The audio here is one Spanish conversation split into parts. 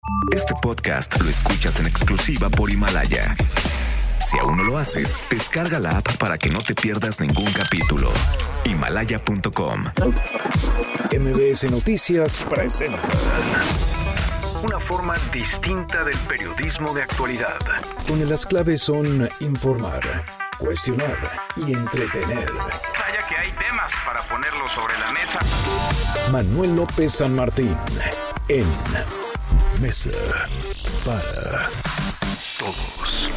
Este podcast lo escuchas en exclusiva por Himalaya. Si aún no lo haces, descarga la app para que no te pierdas ningún capítulo. Himalaya.com. MBS Noticias presenta Una forma distinta del periodismo de actualidad, donde las claves son informar, cuestionar y entretener. Vaya que hay temas para ponerlos sobre la mesa. Manuel López San Martín en Mesa para Todos.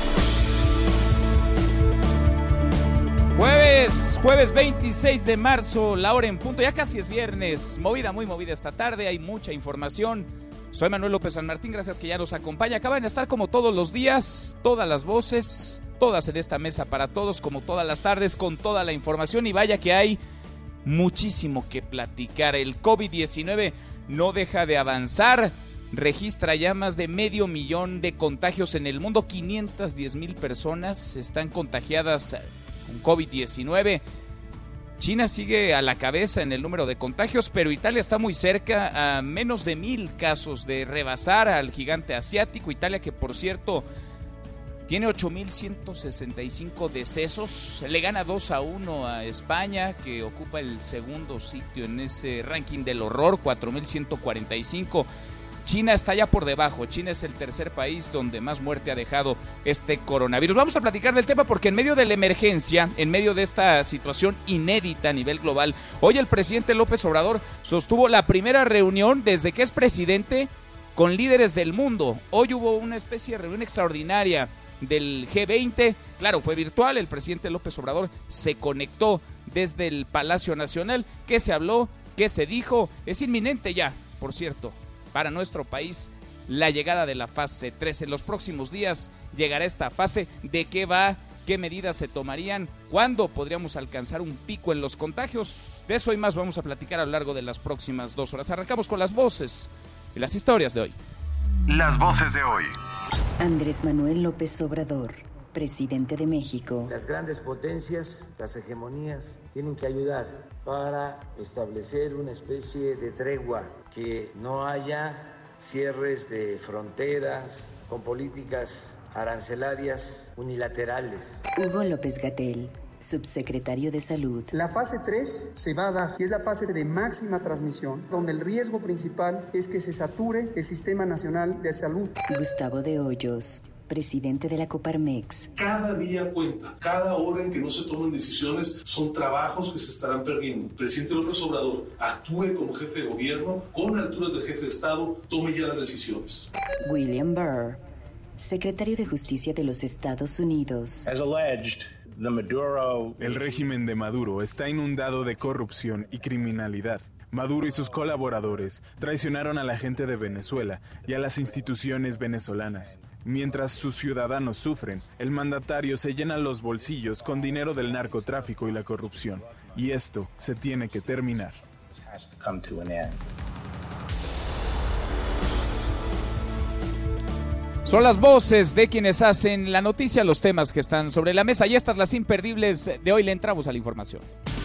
Jueves 26 de marzo, la hora en punto, ya casi es viernes, muy movida esta tarde, hay mucha información. Soy Manuel López San Martín, gracias que ya nos acompaña. Acaban de estar como todos los días, todas las voces, todas en esta mesa para todos, como todas las tardes, con toda la información. Y vaya que hay muchísimo que platicar. El COVID-19 no deja de avanzar, registra ya más de 500,000 de contagios en el mundo. 510,000 personas están contagiadas con COVID-19. China sigue a la cabeza en el número de contagios, pero Italia está muy cerca, a menos de 1,000 casos de rebasar al gigante asiático. Italia, que por cierto tiene 8,165 decesos, le gana 2-1 a España, que ocupa el segundo sitio en ese ranking del horror, 4,145. China está ya por debajo. China es el tercer país donde más muerte ha dejado este coronavirus. Vamos a platicar del tema porque en medio de la emergencia, en medio de esta situación inédita a nivel global, hoy el presidente López Obrador sostuvo la primera reunión desde que es presidente con líderes del mundo. Hoy hubo una especie de reunión extraordinaria del G20. Claro, fue virtual. El presidente López Obrador se conectó desde el Palacio Nacional. ¿Qué se habló? ¿Qué se dijo? Es inminente ya, por cierto, para nuestro país la llegada de la fase 3. En los próximos días llegará esta fase. ¿De qué va? ¿Qué medidas se tomarían? ¿Cuándo podríamos alcanzar un pico en los contagios? De eso y más vamos a platicar a lo largo de las próximas 2 horas. Arrancamos con las voces y las historias de hoy. Las voces de hoy. Andrés Manuel López Obrador, presidente de México. Las grandes potencias, las hegemonías, tienen que ayudar para establecer una especie de tregua, que no haya cierres de fronteras con políticas arancelarias unilaterales. Hugo López-Gatell, subsecretario de Salud. La fase 3 se va a dar y es la fase de máxima transmisión, donde el riesgo principal es que se sature el Sistema Nacional de Salud. Gustavo de Hoyos, presidente de la Coparmex. Cada día cuenta, cada hora en que no se toman decisiones son trabajos que se estarán perdiendo. El presidente López Obrador actúe como jefe de gobierno, con alturas de jefe de Estado, tome ya las decisiones. William Barr, secretario de Justicia de los Estados Unidos. El régimen de Maduro está inundado de corrupción y criminalidad. Maduro y sus colaboradores traicionaron a la gente de Venezuela y a las instituciones venezolanas. Mientras sus ciudadanos sufren, el mandatario se llena los bolsillos con dinero del narcotráfico y la corrupción. Y esto se tiene que terminar. Son las voces de quienes hacen la noticia, los temas que están sobre la mesa. Y estas las imperdibles de hoy. Le entramos a la información.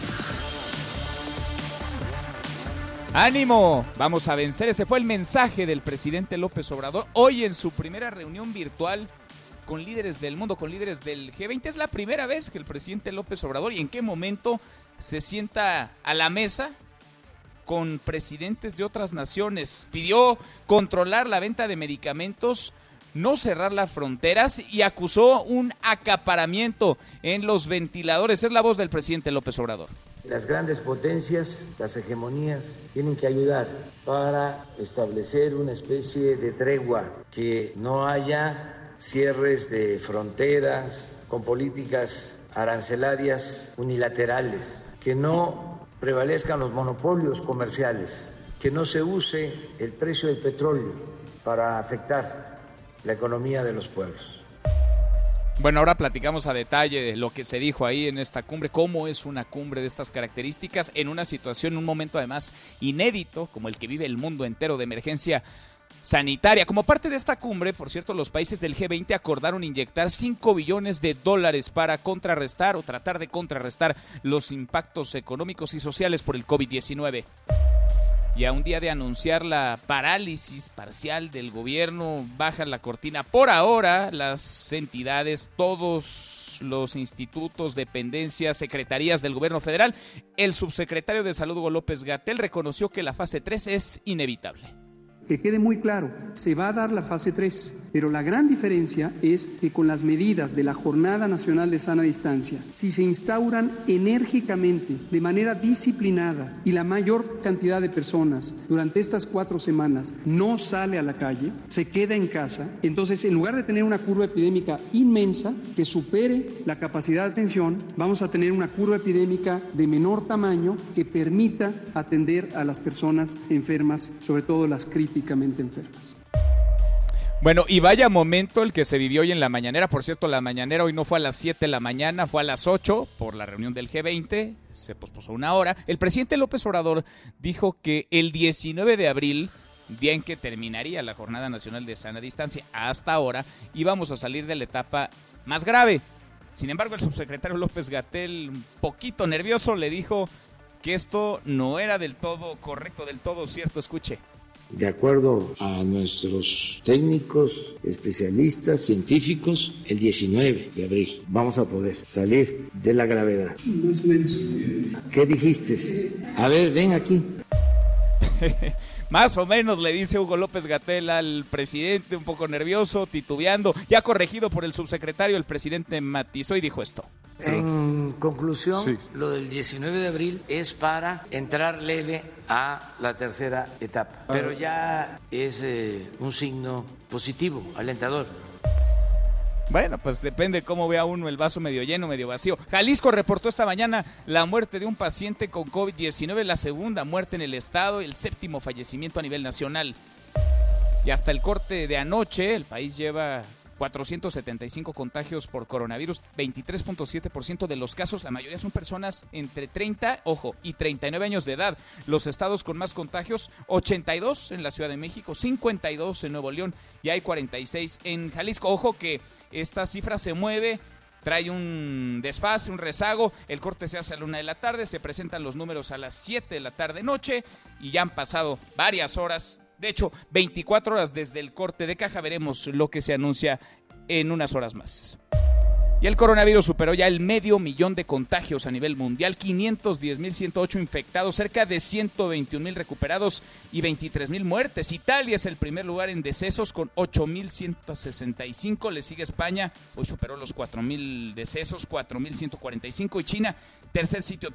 ¡Ánimo! Vamos a vencer. Ese fue el mensaje del presidente López Obrador hoy en su primera reunión virtual con líderes del mundo, con líderes del G20. Es la primera vez que el presidente López Obrador, ¿y en qué momento se sienta a la mesa con presidentes de otras naciones? Pidió controlar la venta de medicamentos, no cerrar las fronteras y acusó un acaparamiento en los ventiladores. Es la voz del presidente López Obrador. Las grandes potencias, las hegemonías, tienen que ayudar para establecer una especie de tregua, que no haya cierres de fronteras con políticas arancelarias unilaterales, que no prevalezcan los monopolios comerciales, que no se use el precio del petróleo para afectar la economía de los pueblos. Bueno, ahora platicamos a detalle de lo que se dijo ahí en esta cumbre, cómo es una cumbre de estas características en una situación, en un momento además inédito, como el que vive el mundo entero, de emergencia sanitaria. Como parte de esta cumbre, por cierto, los países del G20 acordaron inyectar $5 billones para contrarrestar o tratar de contrarrestar los impactos económicos y sociales por el COVID-19. Y a un día de anunciar la parálisis parcial del gobierno, bajan la cortina. Por ahora, las entidades, todos los institutos, dependencias, secretarías del gobierno federal, el subsecretario de Salud, Hugo López-Gatell, reconoció que la fase 3 es inevitable. Que quede muy claro, se va a dar la fase 3, pero la gran diferencia es que con las medidas de la Jornada Nacional de Sana Distancia, si se instauran enérgicamente, de manera disciplinada, y la mayor cantidad de personas durante estas 4 semanas no sale a la calle, se queda en casa, entonces en lugar de tener una curva epidémica inmensa que supere la capacidad de atención, vamos a tener una curva epidémica de menor tamaño que permita atender a las personas enfermas, sobre todo las críticas enfermas. Bueno, y vaya momento el que se vivió hoy en la mañanera. Por cierto, la mañanera hoy no fue a las 7 de la mañana, fue a las 8 por la reunión del G20, se pospuso una hora. El presidente López Obrador dijo que el 19 de abril, día en que terminaría la Jornada Nacional de Sana Distancia, hasta ahora íbamos a salir de la etapa más grave. Sin embargo, el subsecretario López-Gatell, un poquito nervioso, le dijo que esto no era del todo correcto, del todo cierto. Escuche. De acuerdo a nuestros técnicos, especialistas, científicos, el 19 de abril vamos a poder salir de la gravedad. Más o menos. ¿Qué dijiste? A ver, ven aquí. Más o menos le dice Hugo López-Gatell al presidente, un poco nervioso, titubeando, ya corregido por el subsecretario. El presidente matizó y dijo esto. En conclusión, lo del 19 de abril es para entrar leve a la tercera etapa, pero ya es un signo positivo, alentador. Bueno, pues depende cómo vea uno el vaso medio lleno, medio vacío. Jalisco reportó esta mañana la muerte de un paciente con COVID-19, la segunda muerte en el estado, el 7º fallecimiento a nivel nacional. Y hasta el corte de anoche, el país lleva 475 contagios por coronavirus, 23.7% de los casos, la mayoría son personas entre 30, y 39 años de edad. Los estados con más contagios, 82 en la Ciudad de México, 52 en Nuevo León y hay 46 en Jalisco. Ojo que esta cifra se mueve, trae un desfase, un rezago. El corte se hace a la 1 de la tarde, se presentan los números a las 7 de la tarde-noche y ya han pasado varias horas. De hecho, 24 horas desde el corte de caja. Veremos lo que se anuncia en unas horas más. Y el coronavirus superó ya el 500,000 de contagios a nivel mundial, 510,108 infectados, cerca de 121,000 recuperados y 23,000 muertes. Italia es el primer lugar en decesos con 8,165. Le sigue España, hoy superó los 4,000 decesos, 4,145. Y China, tercer sitio,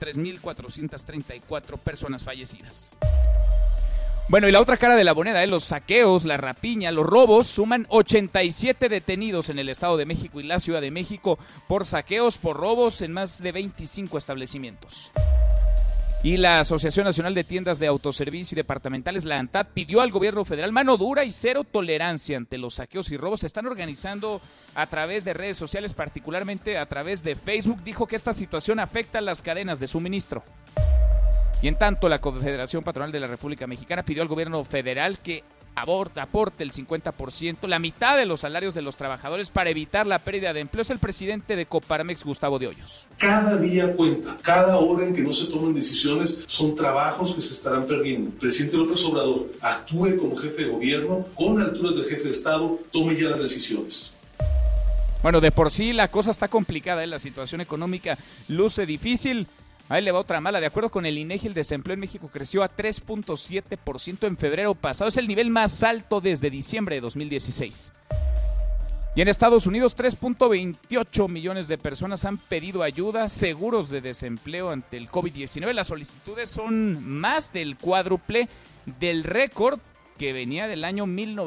3,434 personas fallecidas. Bueno, y la otra cara de la moneda, los saqueos, la rapiña, los robos, suman 87 detenidos en el Estado de México y la Ciudad de México por saqueos, por robos en más de 25 establecimientos. Y la Asociación Nacional de Tiendas de Autoservicio y Departamentales, la ANTAD, pidió al gobierno federal mano dura y cero tolerancia ante los saqueos y robos. Se están organizando a través de redes sociales, particularmente a través de Facebook. Dijo que esta situación afecta a las cadenas de suministro. Y en tanto, la Confederación Patronal de la República Mexicana pidió al gobierno federal que aporte el 50%, la mitad de los salarios de los trabajadores para evitar la pérdida de empleo. Es el presidente de Coparmex, Gustavo de Hoyos. Cada día cuenta, cada hora en que no se toman decisiones son trabajos que se estarán perdiendo. El presidente López Obrador actúe como jefe de gobierno, con alturas de jefe de Estado, tome ya las decisiones. Bueno, de por sí la cosa está complicada, la situación económica luce difícil. Ahí le va otra mala. De acuerdo con el INEGI, el desempleo en México creció a 3.7% en febrero pasado. Es el nivel más alto desde diciembre de 2016. Y en Estados Unidos, 3.28 millones de personas han pedido ayuda, seguros de desempleo ante el COVID-19. Las solicitudes son más del cuádruple del récord que venía del año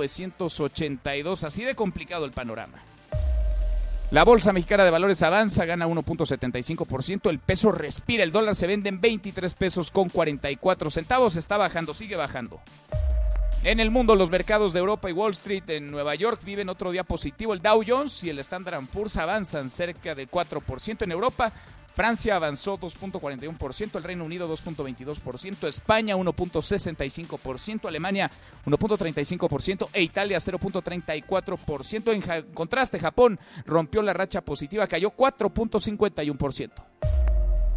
1982. Así de complicado el panorama. La Bolsa Mexicana de Valores avanza, gana 1.75%, el peso respira, el dólar se vende en 23 pesos con 44 centavos, está bajando, sigue bajando. En el mundo, los mercados de Europa y Wall Street en Nueva York viven otro día positivo. El Dow Jones y el Standard & Poor's avanzan cerca de 4%. En Europa, Francia avanzó 2.41%, el Reino Unido 2.22%, España 1.65%, Alemania 1.35% e Italia 0.34%. En contraste, Japón rompió la racha positiva, cayó 4.51%.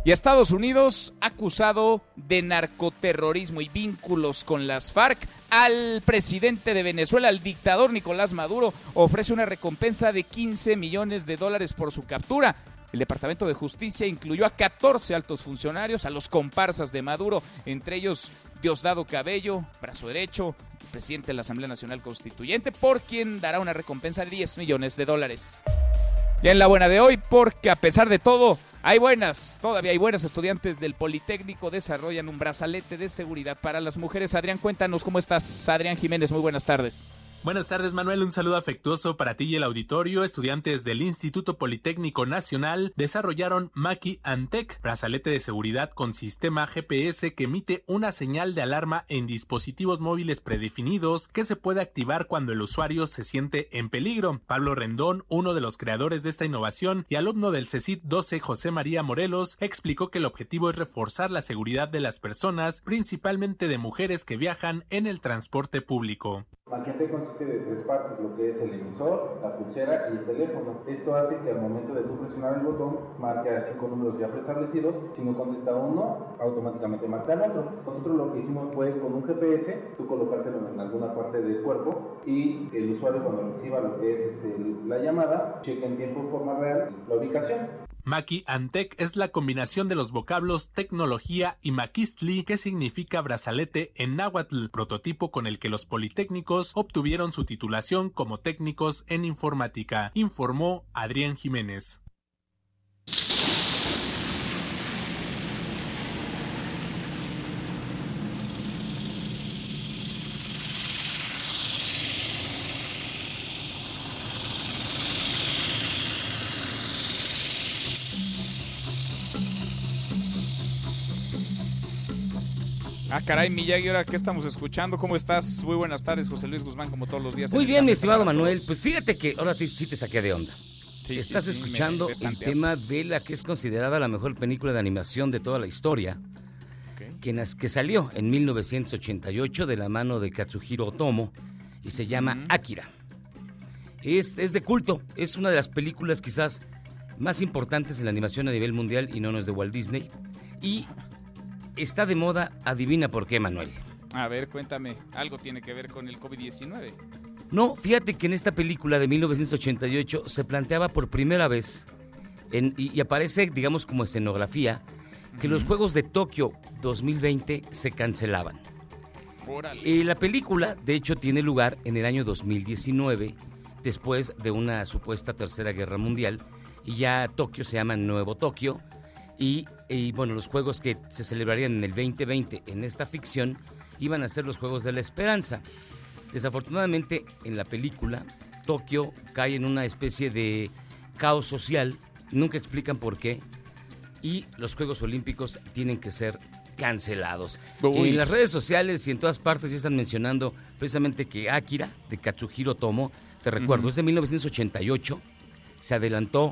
Y Estados Unidos, acusado de narcoterrorismo y vínculos con las FARC, al presidente de Venezuela, al dictador Nicolás Maduro, ofrece una recompensa de $15 millones por su captura. El Departamento de Justicia incluyó a 14 altos funcionarios, a los comparsas de Maduro, entre ellos Diosdado Cabello, brazo derecho, presidente de la Asamblea Nacional Constituyente, por quien dará una recompensa de $10 millones. Ya en la buena de hoy, porque a pesar de todo, todavía hay buenas. Estudiantes del Politécnico desarrollan un brazalete de seguridad para las mujeres. Adrián, cuéntanos cómo estás. Adrián Jiménez, muy buenas tardes. Buenas tardes, Manuel. Un saludo afectuoso para ti y el auditorio. Estudiantes del Instituto Politécnico Nacional desarrollaron Maki Antec, brazalete de seguridad con sistema GPS que emite una señal de alarma en dispositivos móviles predefinidos que se puede activar cuando el usuario se siente en peligro. Pablo Rendón, uno de los creadores de esta innovación y alumno del CECIT 12 José María Morelos, explicó que el objetivo es reforzar la seguridad de las personas, principalmente de mujeres que viajan en el transporte público. Maki Antec consiste de 3 partes, lo que es el emisor, la pulsera y el teléfono. Esto hace que al momento de tú presionar el botón marque a 5 números ya preestablecidos. Si no contesta uno, automáticamente marca el otro. Nosotros lo que hicimos fue con un GPS, tú colocártelo en alguna parte del cuerpo y el usuario cuando reciba lo que es la llamada, cheque en tiempo y forma real la ubicación. Maki Antec es la combinación de los vocablos tecnología y maquistli, que significa brazalete en náhuatl, prototipo con el que los politécnicos obtuvieron su titulación como técnicos en informática, informó Adrián Jiménez. Ah, caray, Miyagi, ¿ahora qué estamos escuchando? ¿Cómo estás? Muy buenas tardes, José Luis Guzmán, como todos los días. Muy bien, mi estimado Manuel. Pues fíjate que ahora sí te saqué de onda. Estás escuchando el tema de la que es considerada la mejor película de animación de toda la historia, que salió en 1988 de la mano de Katsuhiro Otomo y se llama Akira. Es de culto, es una de las películas quizás más importantes en la animación a nivel mundial y no es de Walt Disney. Y está de moda, adivina por qué, Manuel. A ver, cuéntame, ¿algo tiene que ver con el COVID-19? No, fíjate que en esta película de 1988 se planteaba por primera vez, y aparece, digamos, como escenografía, que los Juegos de Tokio 2020 se cancelaban. La película, de hecho, tiene lugar en el año 2019, después de una supuesta Tercera Guerra Mundial, y ya Tokio se llama Nuevo Tokio, y bueno, los juegos que se celebrarían en el 2020 en esta ficción iban a ser los Juegos de la Esperanza. Desafortunadamente, en la película, Tokio cae en una especie de caos social, nunca explican por qué, y los Juegos Olímpicos tienen que ser cancelados. En las redes sociales y en todas partes ya están mencionando precisamente que Akira, de Katsuhiro Otomo, te recuerdo, es de 1988, se adelantó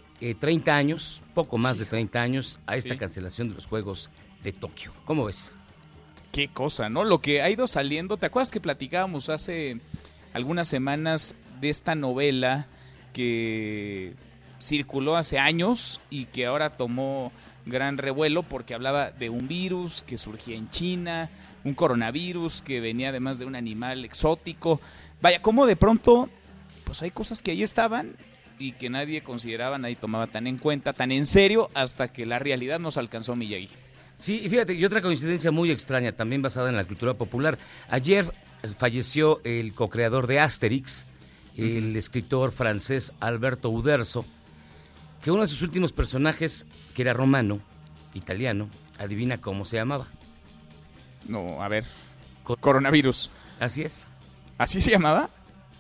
30 años, poco más de 30 años, a esta cancelación de los Juegos de Tokio. ¿Cómo ves? Qué cosa, ¿no? Lo que ha ido saliendo, ¿te acuerdas que platicábamos hace algunas semanas de esta novela que circuló hace años y que ahora tomó gran revuelo porque hablaba de un virus que surgía en China, un coronavirus que venía además de un animal exótico? Vaya, cómo de pronto, pues hay cosas que ahí estaban y que nadie consideraba, nadie tomaba tan en cuenta, tan en serio, hasta que la realidad nos alcanzó, Miyagi. Sí, fíjate, y otra coincidencia muy extraña, también basada en la cultura popular. Ayer falleció el co-creador de Asterix, el escritor francés Alberto Uderzo, que uno de sus últimos personajes, que era romano, italiano, adivina cómo se llamaba. No, a ver, coronavirus. Así es. ¿Así se llamaba?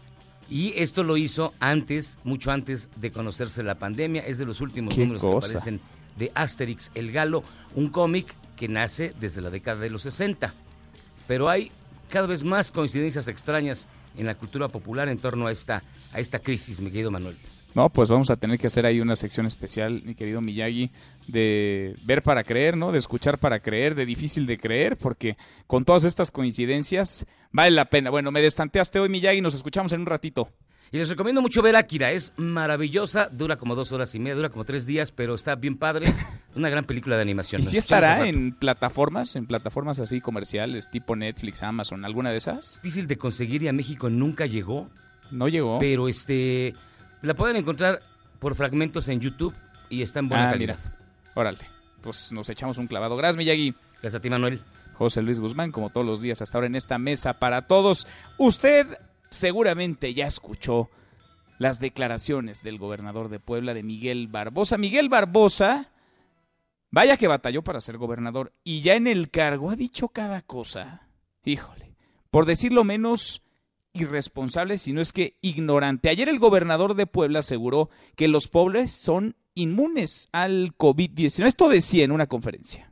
Y esto lo hizo antes, mucho antes de conocerse la pandemia. Es de los últimos números que aparecen de Asterix el Galo, un cómic que nace desde la década de los 60. Pero hay cada vez más coincidencias extrañas en la cultura popular en torno a esta crisis, mi querido Manuel. No, pues vamos a tener que hacer ahí una sección especial, mi querido Miyagi, de ver para creer, ¿no? De escuchar para creer, de difícil de creer, porque con todas estas coincidencias vale la pena. Bueno, me destanteaste hoy, Miyagi, nos escuchamos en un ratito. Y les recomiendo mucho ver Akira, es maravillosa, dura como 2 horas y media, dura como 3 días, pero está bien padre, una gran película de animación. ¿Y si estará en plataformas así comerciales, tipo Netflix, Amazon, alguna de esas? Difícil de conseguir y a México nunca llegó. No llegó. Pero la pueden encontrar por fragmentos en YouTube y está en buena calidad. Mira. Órale, pues nos echamos un clavado. Gracias, Miyagi. Gracias a ti, Manuel. José Luis Guzmán, como todos los días hasta ahora en esta mesa para todos. Usted seguramente ya escuchó las declaraciones del gobernador de Puebla, de Miguel Barbosa. Miguel Barbosa, vaya que batalló para ser gobernador y ya en el cargo ha dicho cada cosa. Híjole, por decirlo menos irresponsable, si no es que ignorante. Ayer el gobernador de Puebla aseguró que los pobres son inmunes al COVID-19. Esto decía en una conferencia.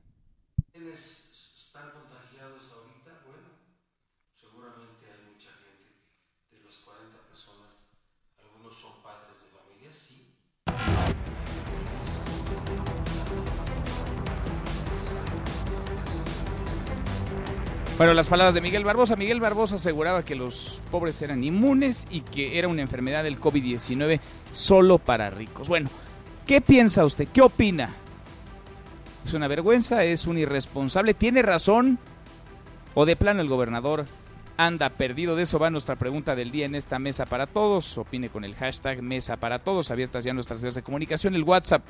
Bueno, las palabras de Miguel Barbosa. Miguel Barbosa aseguraba que los pobres eran inmunes y que era una enfermedad del COVID-19 solo para ricos. Bueno, ¿qué piensa usted? ¿Qué opina? ¿Es una vergüenza? ¿Es un irresponsable? ¿Tiene razón? ¿O de plano el gobernador anda perdido? De eso va nuestra pregunta del día en esta Mesa para Todos. Opine con el hashtag Mesa para Todos. Abiertas ya nuestras vías de comunicación. El WhatsApp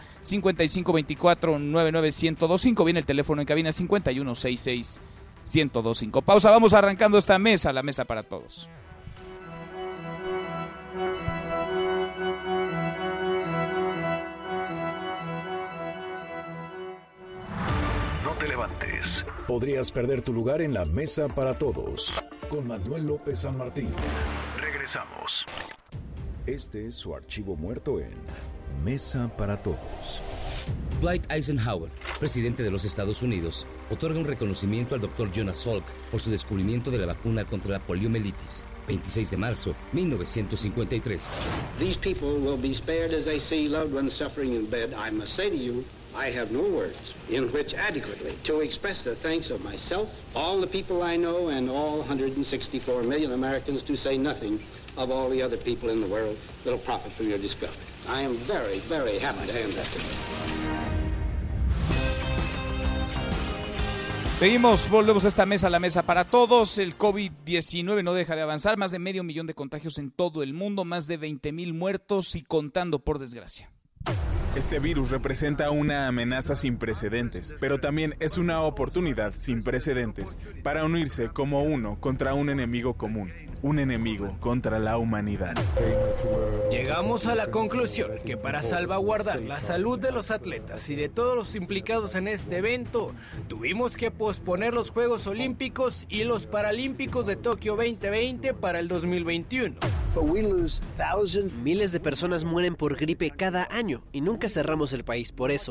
5524-99125. Viene el teléfono en cabina 5166-1025. Pausa, vamos arrancando esta mesa, la Mesa para Todos. No te levantes. Podrías perder tu lugar en la Mesa para Todos con Manuel López San Martín. Regresamos. Este es su archivo muerto en Mesa para Todos. Dwight Eisenhower, presidente de los Estados Unidos, otorga un reconocimiento al Dr. Jonas Salk por su descubrimiento de la vacuna contra la poliomielitis. 26 de marzo, 1953. These people will be spared as they see loved ones suffering in bed. I must say to you, I have no words in which adequately to express the thanks of myself, all the people I know, and all 164 million Americans, to say nothing of all the other people in the world that will profit from your discovery. I am very, very happy to hand this to you. Seguimos, volvemos a esta mesa, la Mesa para Todos. El COVID-19 no deja de avanzar, más de 500,000 de contagios en todo el mundo, más de 20,000 muertos y contando, por desgracia. Este virus representa una amenaza sin precedentes, pero también es una oportunidad sin precedentes para unirse como uno contra un enemigo común, un enemigo contra la humanidad. Llegamos a la conclusión que para salvaguardar la salud de los atletas y de todos los implicados en este evento, tuvimos que posponer los Juegos Olímpicos y los Paralímpicos de Tokio 2020 para el 2021. Miles de personas mueren por gripe cada año y nunca cerramos el país por eso.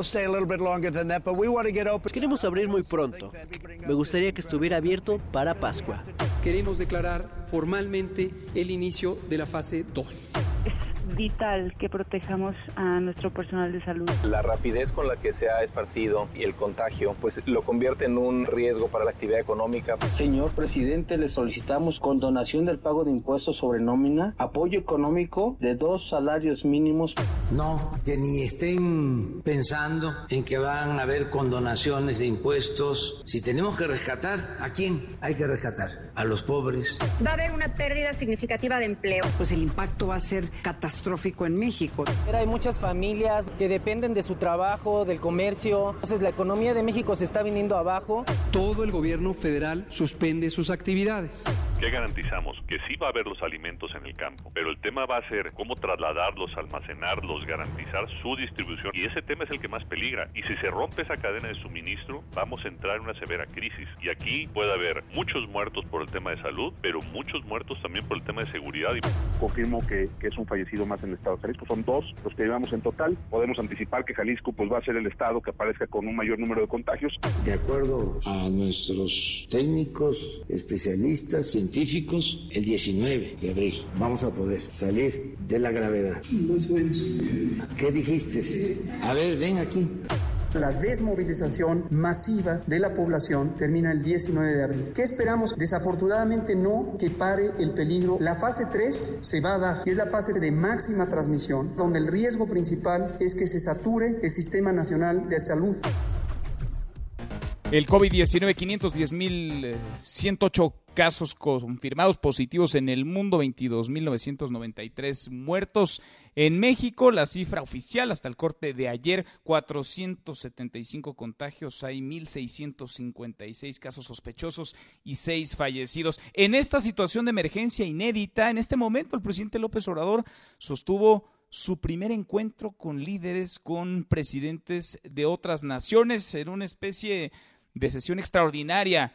Queremos abrir muy pronto. Me gustaría que estuviera abierto para Pascua. Queremos declarar formalmente el inicio de la fase 2. Es vital que protejamos a nuestro personal de salud. La rapidez con la que se ha esparcido y el contagio, pues lo convierte en un riesgo para la actividad económica. Señor presidente, le solicitamos condonación del pago de impuestos sobre nómina, apoyo económico de 2 salarios mínimos. No, que ni estén pensando en que van a haber condonaciones de impuestos. Si tenemos que rescatar, ¿a quién hay que rescatar? A los pobres. Va a haber una pérdida significativa de empleo. Pues el impacto va a ser catastrófico en México. Hay muchas familias que dependen de su trabajo, del comercio. Entonces la economía de México se está viniendo abajo. Todo el gobierno federal suspende sus actividades. ¿Qué garantizamos? Que sí va a haber los alimentos en el campo, pero el tema va a ser cómo trasladarlos, almacenarlos, garantizar su distribución, y ese tema es el que más peligra. Y si se rompe esa cadena de suministro, vamos a entrar en una severa crisis. Y aquí puede haber muchos muertos por el tema de salud, pero muchos muertos también por el tema de seguridad. Confirmo que es un fallecido más en el estado de Jalisco, son 2 los que llevamos en total. Podemos anticipar que Jalisco pues va a ser el estado que aparezca con un mayor número de contagios. De acuerdo a nuestros técnicos, especialistas, científicos, el 19 de abril vamos a poder salir de la gravedad. Más o menos. ¿Qué dijiste? A ver, ven aquí. La desmovilización masiva de la población termina el 19 de abril. ¿Qué esperamos? Desafortunadamente no que pare el peligro. La fase 3 se va a dar y es la fase de máxima transmisión, donde el riesgo principal es que se sature el Sistema Nacional de Salud. El COVID-19, 510.108 casos confirmados positivos en el mundo, 22.993 muertos. En México, la cifra oficial hasta el corte de ayer, 475 contagios, hay 1.656 casos sospechosos y 6 fallecidos. En esta situación de emergencia inédita, en este momento el presidente López Obrador sostuvo su primer encuentro con líderes, con presidentes de otras naciones, en una especie de sesión extraordinaria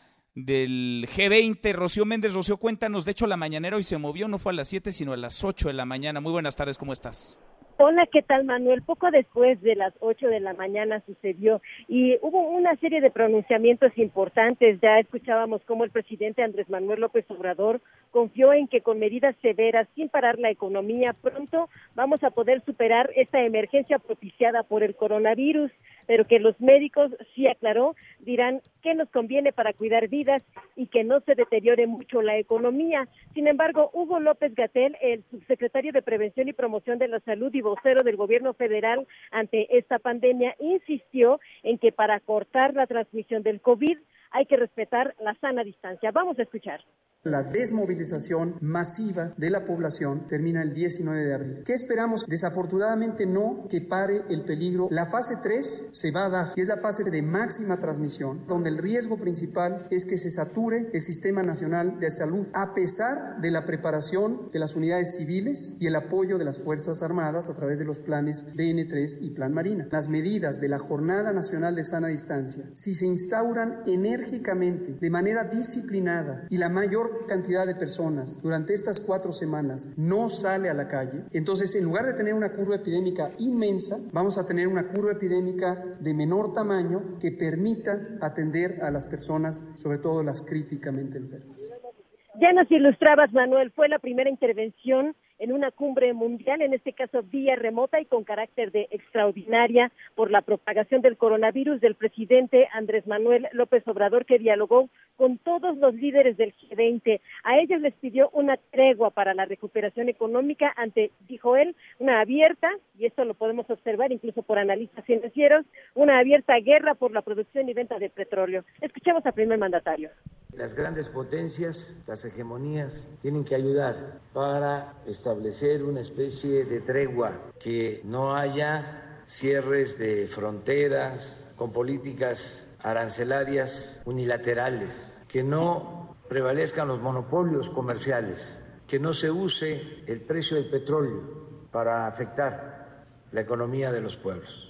del G20. Rocío Méndez, Rocío, cuéntanos. De hecho, la mañanera hoy se movió, no fue a las 7, sino a las 8 de la mañana. Muy buenas tardes, ¿cómo estás? Hola, ¿qué tal, Manuel? Poco después de las 8 de la mañana sucedió y hubo una serie de pronunciamientos importantes. Ya escuchábamos cómo el presidente Andrés Manuel López Obrador confió en que con medidas severas, sin parar la economía, pronto vamos a poder superar esta emergencia propiciada por el coronavirus, pero que los médicos, sí aclaró, dirán qué nos conviene para cuidar vidas y que no se deteriore mucho la economía. Sin embargo, Hugo López-Gatell, el subsecretario de Prevención y Promoción de la Salud y vocero del gobierno federal ante esta pandemia, insistió en que para cortar la transmisión del COVID hay que respetar la sana distancia. Vamos a escuchar. La desmovilización masiva de la población termina el 19 de abril. ¿Qué esperamos? Desafortunadamente no que pare el peligro. La fase 3 se va a dar y es la fase de máxima transmisión, donde el riesgo principal es que se sature el Sistema Nacional de Salud, a pesar de la preparación de las unidades civiles y el apoyo de las Fuerzas Armadas a través de los planes DN3 y Plan Marina. Las medidas de la Jornada Nacional de Sana Distancia, si se instauran enérgicamente, de manera disciplinada, y la mayor cantidad de personas durante estas 4 semanas no sale a la calle, entonces en lugar de tener una curva epidémica inmensa, vamos a tener una curva epidémica de menor tamaño que permita atender a las personas, sobre todo las críticamente enfermas. Ya nos ilustrabas, Manuel, fue la primera intervención en una cumbre mundial, en este caso vía remota y con carácter de extraordinaria por la propagación del coronavirus, del presidente Andrés Manuel López Obrador, que dialogó con todos los líderes del G20. A ellos les pidió una tregua para la recuperación económica ante, dijo él, una abierta, y esto lo podemos observar incluso por analistas financieros, una abierta guerra por la producción y venta de petróleo. Escuchemos al primer mandatario. Las grandes potencias, las hegemonías, tienen que ayudar para establecer una especie de tregua, que no haya cierres de fronteras con políticas arancelarias unilaterales, que no prevalezcan los monopolios comerciales, que no se use el precio del petróleo para afectar la economía de los pueblos.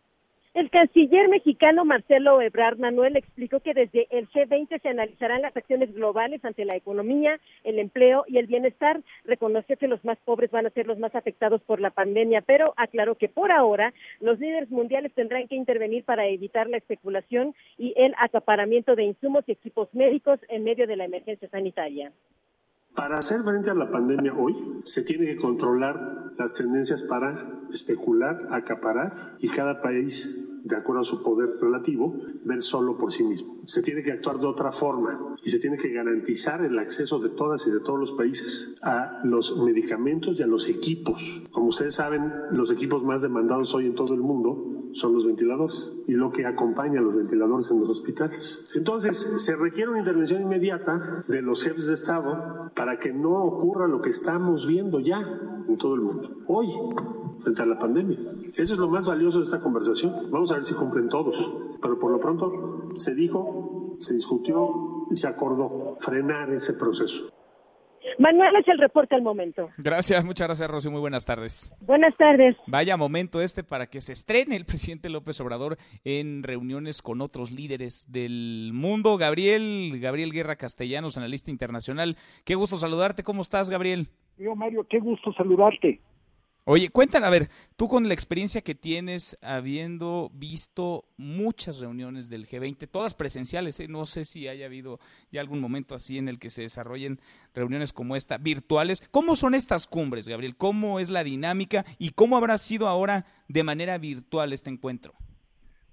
El canciller mexicano Marcelo Ebrard, Manuel, explicó que desde el G20 se analizarán las acciones globales ante la economía, el empleo y el bienestar. Reconoció que los más pobres van a ser los más afectados por la pandemia, pero aclaró que por ahora los líderes mundiales tendrán que intervenir para evitar la especulación y el acaparamiento de insumos y equipos médicos en medio de la emergencia sanitaria. Para hacer frente a la pandemia hoy, se tiene que controlar las tendencias para especular, acaparar, y cada país, de acuerdo a su poder relativo, ver solo por sí mismo. Se tiene que actuar de otra forma y se tiene que garantizar el acceso de todas y de todos los países a los medicamentos y a los equipos. Como ustedes saben, los equipos más demandados hoy en todo el mundo son los ventiladores y lo que acompaña a los ventiladores en los hospitales. Entonces, se requiere una intervención inmediata de los jefes de Estado para que no ocurra lo que estamos viendo ya en todo el mundo hoy, frente a la pandemia. Eso es lo más valioso de esta conversación. Vamos a ver si cumplen todos, pero por lo pronto se dijo, se discutió y se acordó frenar ese proceso. Manuel, es el reporte al momento. Gracias, muchas gracias, Rocío. Muy buenas tardes. Buenas tardes. Vaya momento para que se estrene el presidente López Obrador en reuniones con otros líderes del mundo. Gabriel Guerra Castellanos, analista internacional. Qué gusto saludarte. ¿Cómo estás, Gabriel? Yo, Mario, qué gusto saludarte. Oye, cuéntame, a ver, tú con la experiencia que tienes, habiendo visto muchas reuniones del G20, todas presenciales, no sé si haya habido ya algún momento así en el que se desarrollen reuniones como esta, virtuales. ¿Cómo son estas cumbres, Gabriel? ¿Cómo es la dinámica y cómo habrá sido ahora de manera virtual este encuentro?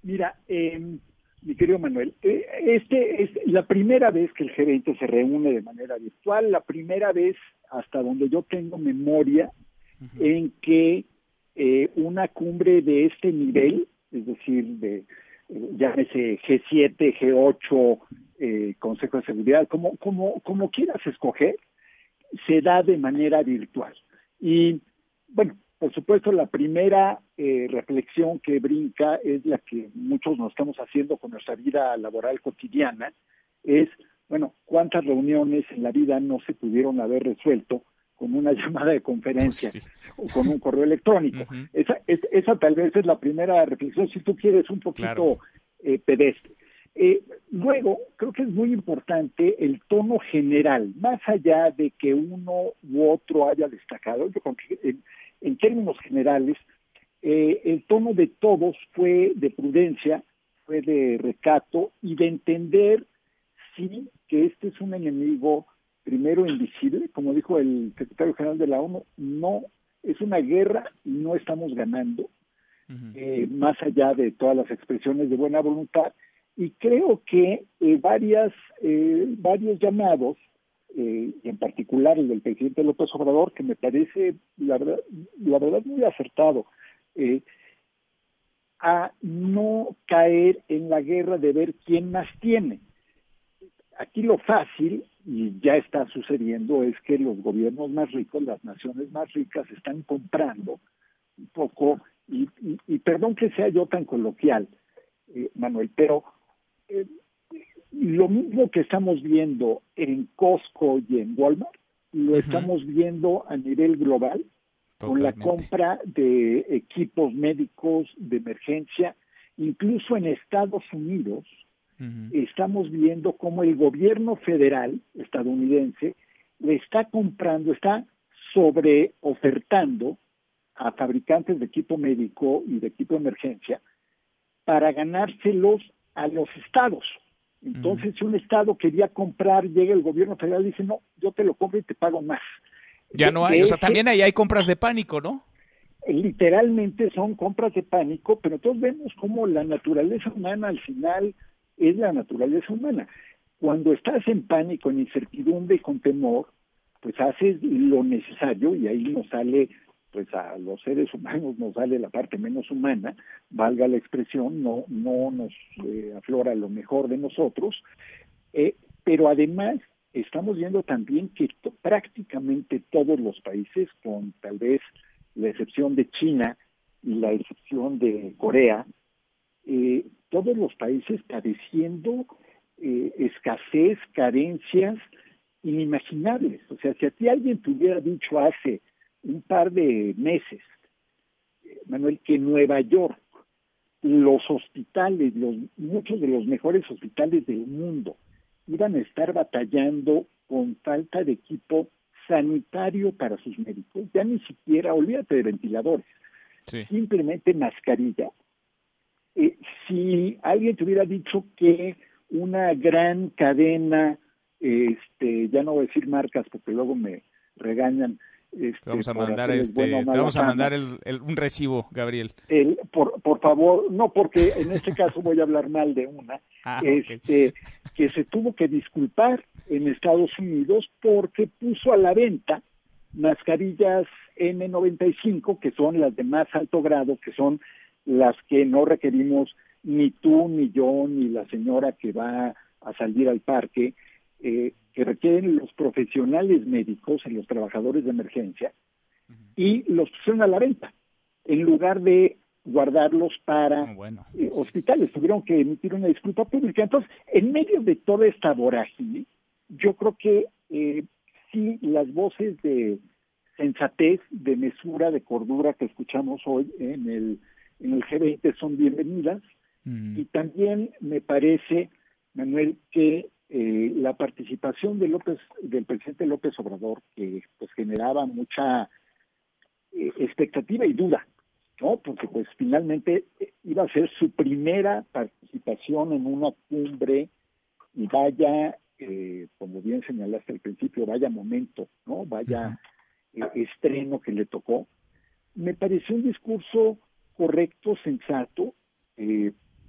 Mira, mi querido Manuel, este es la primera vez que el G20 se reúne de manera virtual, la primera vez, hasta donde yo tengo memoria, en que una cumbre de este nivel, es decir, llámese G7, G8, Consejo de Seguridad, como quieras escoger, se da de manera virtual. Y, bueno, por supuesto, la primera reflexión que brinca es la que muchos nos estamos haciendo con nuestra vida laboral cotidiana, es, bueno, ¿cuántas reuniones en la vida no se pudieron haber resuelto con una llamada de conferencia o con un correo electrónico? Esa tal vez es la primera reflexión, si tú quieres, un poquito pedestre. Luego, creo que es muy importante el tono general, más allá de que uno u otro haya destacado. Yo creo que en términos generales, el tono de todos fue de prudencia, fue de recato y de entender, sí, que este es un enemigo primero invisible, como dijo el secretario general de la ONU, no, es una guerra y no estamos ganando, más allá de todas las expresiones de buena voluntad. Y creo que varios llamados, y en particular el del presidente López Obrador, que me parece, la verdad muy acertado, a no caer en la guerra de ver quién más tiene. Aquí lo fácil, y ya está sucediendo, es que los gobiernos más ricos, las naciones más ricas, están comprando un poco, y perdón que sea yo tan coloquial, Manuel, pero lo mismo que estamos viendo en Costco y en Walmart, lo estamos viendo a nivel global. Con la compra de equipos médicos de emergencia, incluso en Estados Unidos, estamos viendo cómo el gobierno federal estadounidense le está comprando, está sobreofertando a fabricantes de equipo médico y de equipo de emergencia para ganárselos a los estados. Entonces, si un estado quería comprar, llega el gobierno federal y dice, no, yo te lo compro y te pago más. Ya no hay, o sea, también ahí hay compras de pánico, ¿no? Literalmente son compras de pánico, pero todos vemos cómo la naturaleza humana al final es la naturaleza humana. Cuando estás en pánico, en incertidumbre y con temor, pues haces lo necesario y ahí nos sale, pues a los seres humanos nos sale la parte menos humana, valga la expresión, no nos aflora lo mejor de nosotros, pero además estamos viendo también que prácticamente todos los países, con tal vez la excepción de China y la excepción de Corea, todos los países padeciendo escasez, carencias inimaginables. O sea, si a ti alguien te hubiera dicho hace un par de meses, Manuel, que en Nueva York los hospitales, muchos de los mejores hospitales del mundo, iban a estar batallando con falta de equipo sanitario para sus médicos, ya ni siquiera, olvídate de ventiladores, simplemente mascarilla. Si alguien te hubiera dicho que una gran cadena, ya no voy a decir marcas porque luego me regañan, te vamos a mandar un recibo, Gabriel. Por favor, no, porque en este caso voy a hablar mal de una, que se tuvo que disculpar en Estados Unidos porque puso a la venta mascarillas N95, que son las de más alto grado, que son las que no requerimos ni tú, ni yo, ni la señora que va a salir al parque, que requieren los profesionales médicos y los trabajadores de emergencia, y los pusieron a la venta, en lugar de guardarlos para hospitales. Tuvieron que emitir una disculpa pública. Entonces, en medio de toda esta vorágine, yo creo que sí, las voces de sensatez, de mesura, de cordura que escuchamos hoy en el G20 son bienvenidas, y también me parece, Manuel, que la participación del presidente López Obrador, que pues generaba mucha expectativa y duda, ¿no? Porque pues finalmente iba a ser su primera participación en una cumbre, y vaya, como bien señalaste al principio, vaya momento, ¿no? Vaya estreno que le tocó. Me pareció un discurso correcto, sensato,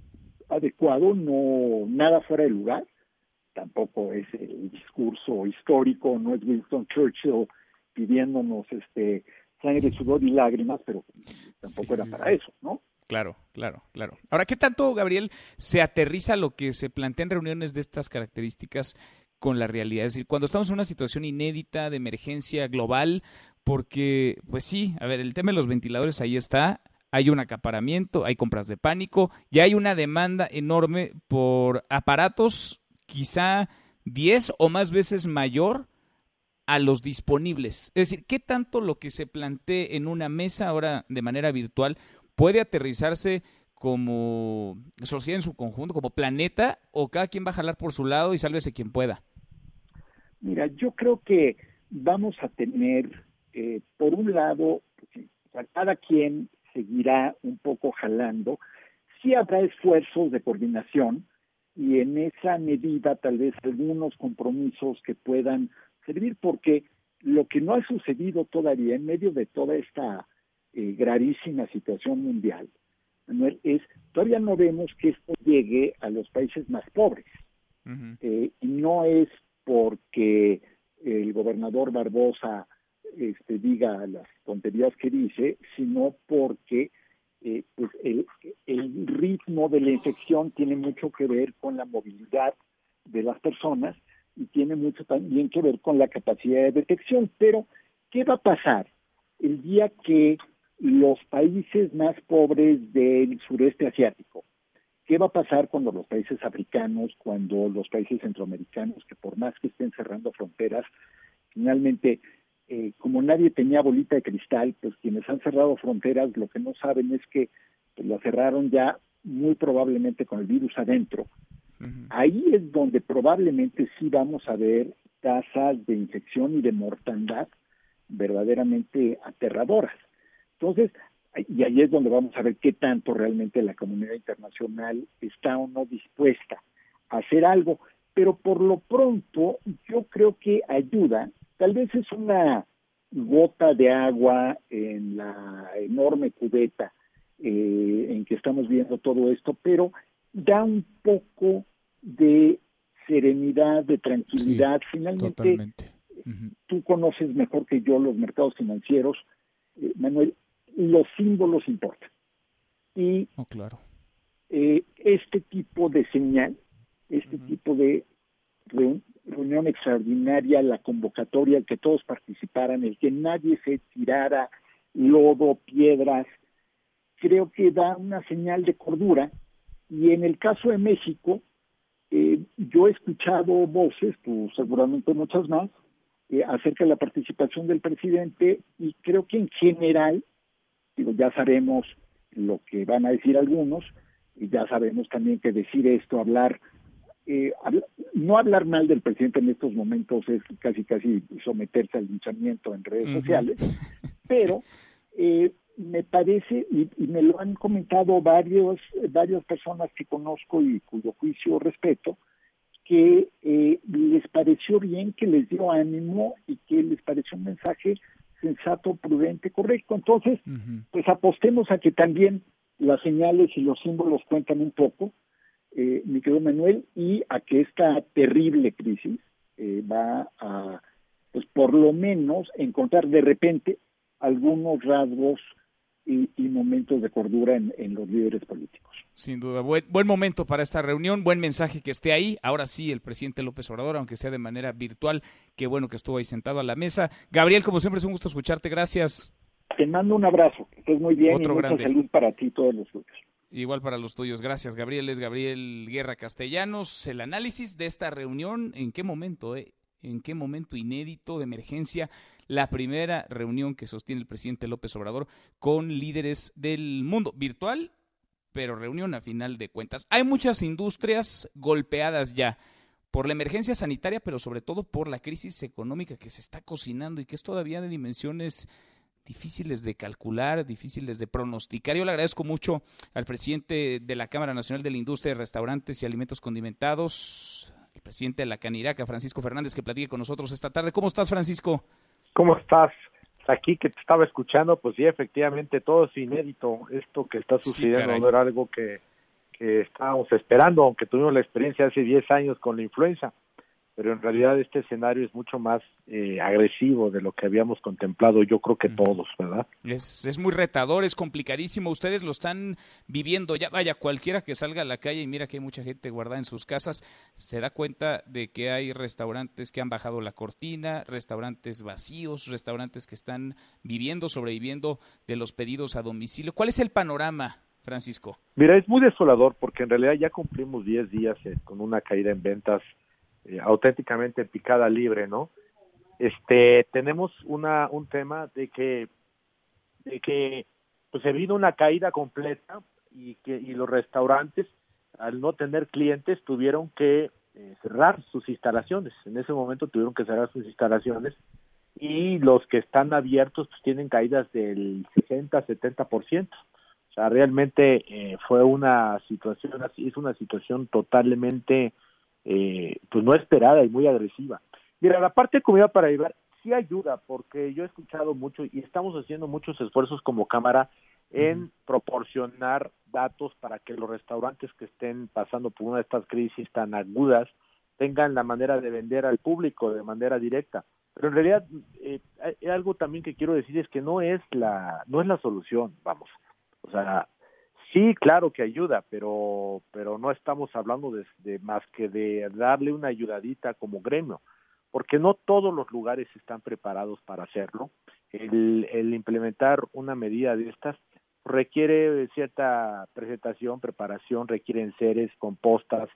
adecuado, no nada fuera de lugar. Tampoco es el discurso histórico, no es Winston Churchill pidiéndonos sangre, sudor y lágrimas, pero tampoco era para eso, ¿no? Claro. Ahora, ¿qué tanto, Gabriel, se aterriza lo que se plantea en reuniones de estas características con la realidad? Es decir, cuando estamos en una situación inédita de emergencia global, porque, pues sí, a ver, el tema de los ventiladores ahí está, hay un acaparamiento, hay compras de pánico y hay una demanda enorme por aparatos quizá 10 o más veces mayor a los disponibles. Es decir, ¿qué tanto lo que se plantee en una mesa ahora de manera virtual puede aterrizarse como sociedad en su conjunto, como planeta, o cada quien va a jalar por su lado y sálvese quien pueda? Mira, yo creo que vamos a tener, por un lado, cada quien seguirá un poco jalando. Sí habrá esfuerzos de coordinación y en esa medida tal vez algunos compromisos que puedan servir, porque lo que no ha sucedido todavía en medio de toda esta gravísima situación mundial, Manuel, todavía no vemos que esto llegue a los países más pobres. Y no es porque el gobernador Barbosa diga las tonterías que dice, sino porque pues el ritmo de la infección tiene mucho que ver con la movilidad de las personas y tiene mucho también que ver con la capacidad de detección. Pero, ¿qué va a pasar el día que los países más pobres del sureste asiático? ¿Qué va a pasar cuando los países africanos, cuando los países centroamericanos, que por más que estén cerrando fronteras, finalmente, como nadie tenía bolita de cristal, pues quienes han cerrado fronteras lo que no saben es que pues, lo cerraron ya muy probablemente con el virus adentro. Ahí es donde probablemente sí vamos a ver tasas de infección y de mortandad verdaderamente aterradoras. Entonces, y ahí es donde vamos a ver qué tanto realmente la comunidad internacional está o no dispuesta a hacer algo. Pero por lo pronto, yo creo que ayuda, tal vez es una gota de agua en la enorme cubeta en que estamos viendo todo esto, pero da un poco de serenidad, de tranquilidad. Sí, finalmente, tú conoces mejor que yo los mercados financieros, Manuel, los símbolos importan. Y claro. Este tipo de señal, tipo de reunión extraordinaria, la convocatoria, el que todos participaran, el que nadie se tirara lodo, piedras, creo que da una señal de cordura. Y en el caso de México, yo he escuchado voces, tú seguramente muchas más, acerca de la participación del presidente, y creo que en general, ya sabemos lo que van a decir algunos, y ya sabemos también que decir esto, no hablar mal del presidente en estos momentos es casi someterse al linchamiento en redes sociales, pero me parece, y me lo han comentado varias personas que conozco y cuyo juicio respeto, que les pareció bien, que les dio ánimo y que les pareció un mensaje sensato, prudente, correcto. Entonces, pues apostemos a que también las señales y los símbolos cuentan un poco, mi querido Manuel, y a que esta terrible crisis va a, pues por lo menos, encontrar de repente algunos rasgos y momentos de cordura en los líderes políticos. Sin duda, buen momento para esta reunión, buen mensaje que esté ahí. Ahora sí, el presidente López Obrador, aunque sea de manera virtual, qué bueno que estuvo ahí sentado a la mesa. Gabriel, como siempre, es un gusto escucharte, gracias. Te mando un abrazo, que estés muy bien. Otro y mucha grande. Salud para ti y todos los tuyos. Igual para los tuyos, gracias Gabriel. Es Gabriel Guerra Castellanos. El análisis de esta reunión, ¿en qué momento? ¿En qué momento inédito de emergencia? La primera reunión que sostiene el presidente López Obrador con líderes del mundo virtual, pero reunión a final de cuentas. Hay muchas industrias golpeadas ya por la emergencia sanitaria, pero sobre todo por la crisis económica que se está cocinando y que es todavía de dimensiones difíciles de calcular, difíciles de pronosticar. Yo le agradezco mucho al presidente de la Cámara Nacional de la Industria de Restaurantes y Alimentos Condimentados, el presidente de la Caniraca, Francisco Fernández, que platique con nosotros esta tarde. ¿Cómo estás, Francisco? ¿Cómo estás? Aquí que te estaba escuchando, pues sí, efectivamente todo es inédito. Esto que está sucediendo no era algo que que estábamos esperando, aunque tuvimos la experiencia hace 10 años con la influenza, pero en realidad este escenario es mucho más agresivo de lo que habíamos contemplado, yo creo que todos, ¿verdad? Es muy retador, es complicadísimo, ustedes lo están viviendo, ya vaya, cualquiera que salga a la calle y mira que hay mucha gente guardada en sus casas, se da cuenta de que hay restaurantes que han bajado la cortina, restaurantes vacíos, restaurantes que están sobreviviendo de los pedidos a domicilio. ¿Cuál es el panorama, Francisco? Mira, es muy desolador porque en realidad ya cumplimos 10 días con una caída en ventas auténticamente picada libre, ¿no? Tenemos un tema de que pues se vino una caída completa y los restaurantes, al no tener clientes, tuvieron que cerrar sus instalaciones. En ese momento tuvieron que cerrar sus instalaciones y los que están abiertos pues tienen caídas del 60-70%. O sea, realmente fue una situación totalmente pues no esperada y muy agresiva. Mira, la parte de comida para llevar sí ayuda, porque yo he escuchado mucho y estamos haciendo muchos esfuerzos como Cámara en proporcionar datos para que los restaurantes que estén pasando por una de estas crisis tan agudas tengan la manera de vender al público de manera directa. Pero en realidad algo también que quiero decir es que no es la solución, vamos. O sea, sí, claro que ayuda, pero no estamos hablando de más que de darle una ayudadita como gremio, porque no todos los lugares están preparados para hacerlo. El implementar una medida de estas requiere cierta presentación, preparación, requiere enseres, compostas,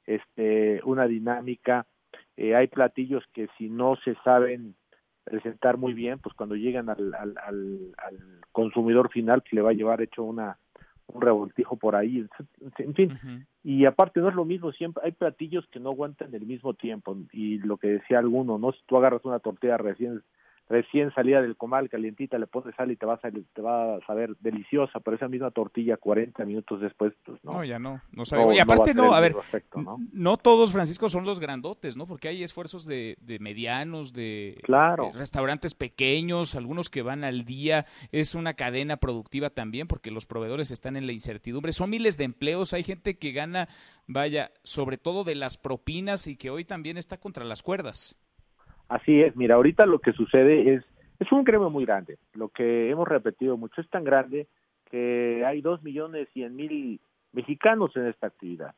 una dinámica. Hay platillos que si no se saben presentar muy bien, pues cuando llegan al consumidor final, pues le va a llevar hecho un revoltijo por ahí, en fin. Y aparte no es lo mismo, siempre hay platillos que no aguantan el mismo tiempo, y lo que decía alguno, no, si tú agarras una tortilla recién salida del comal, calientita, le pones sal y te va a saber deliciosa, pero esa misma tortilla 40 minutos después, pues no. No, ya no sabe. Y aparte a ver, efecto, ¿no? No todos, Francisco, son los grandotes, ¿no? Porque hay esfuerzos de medianos, de restaurantes pequeños, algunos que van al día, es una cadena productiva también, porque los proveedores están en la incertidumbre, son miles de empleos, hay gente que gana, sobre todo de las propinas y que hoy también está contra las cuerdas. Así es, mira, ahorita lo que sucede es un gremio muy grande, lo que hemos repetido mucho, es tan grande que hay 2.100.000 mexicanos en esta actividad,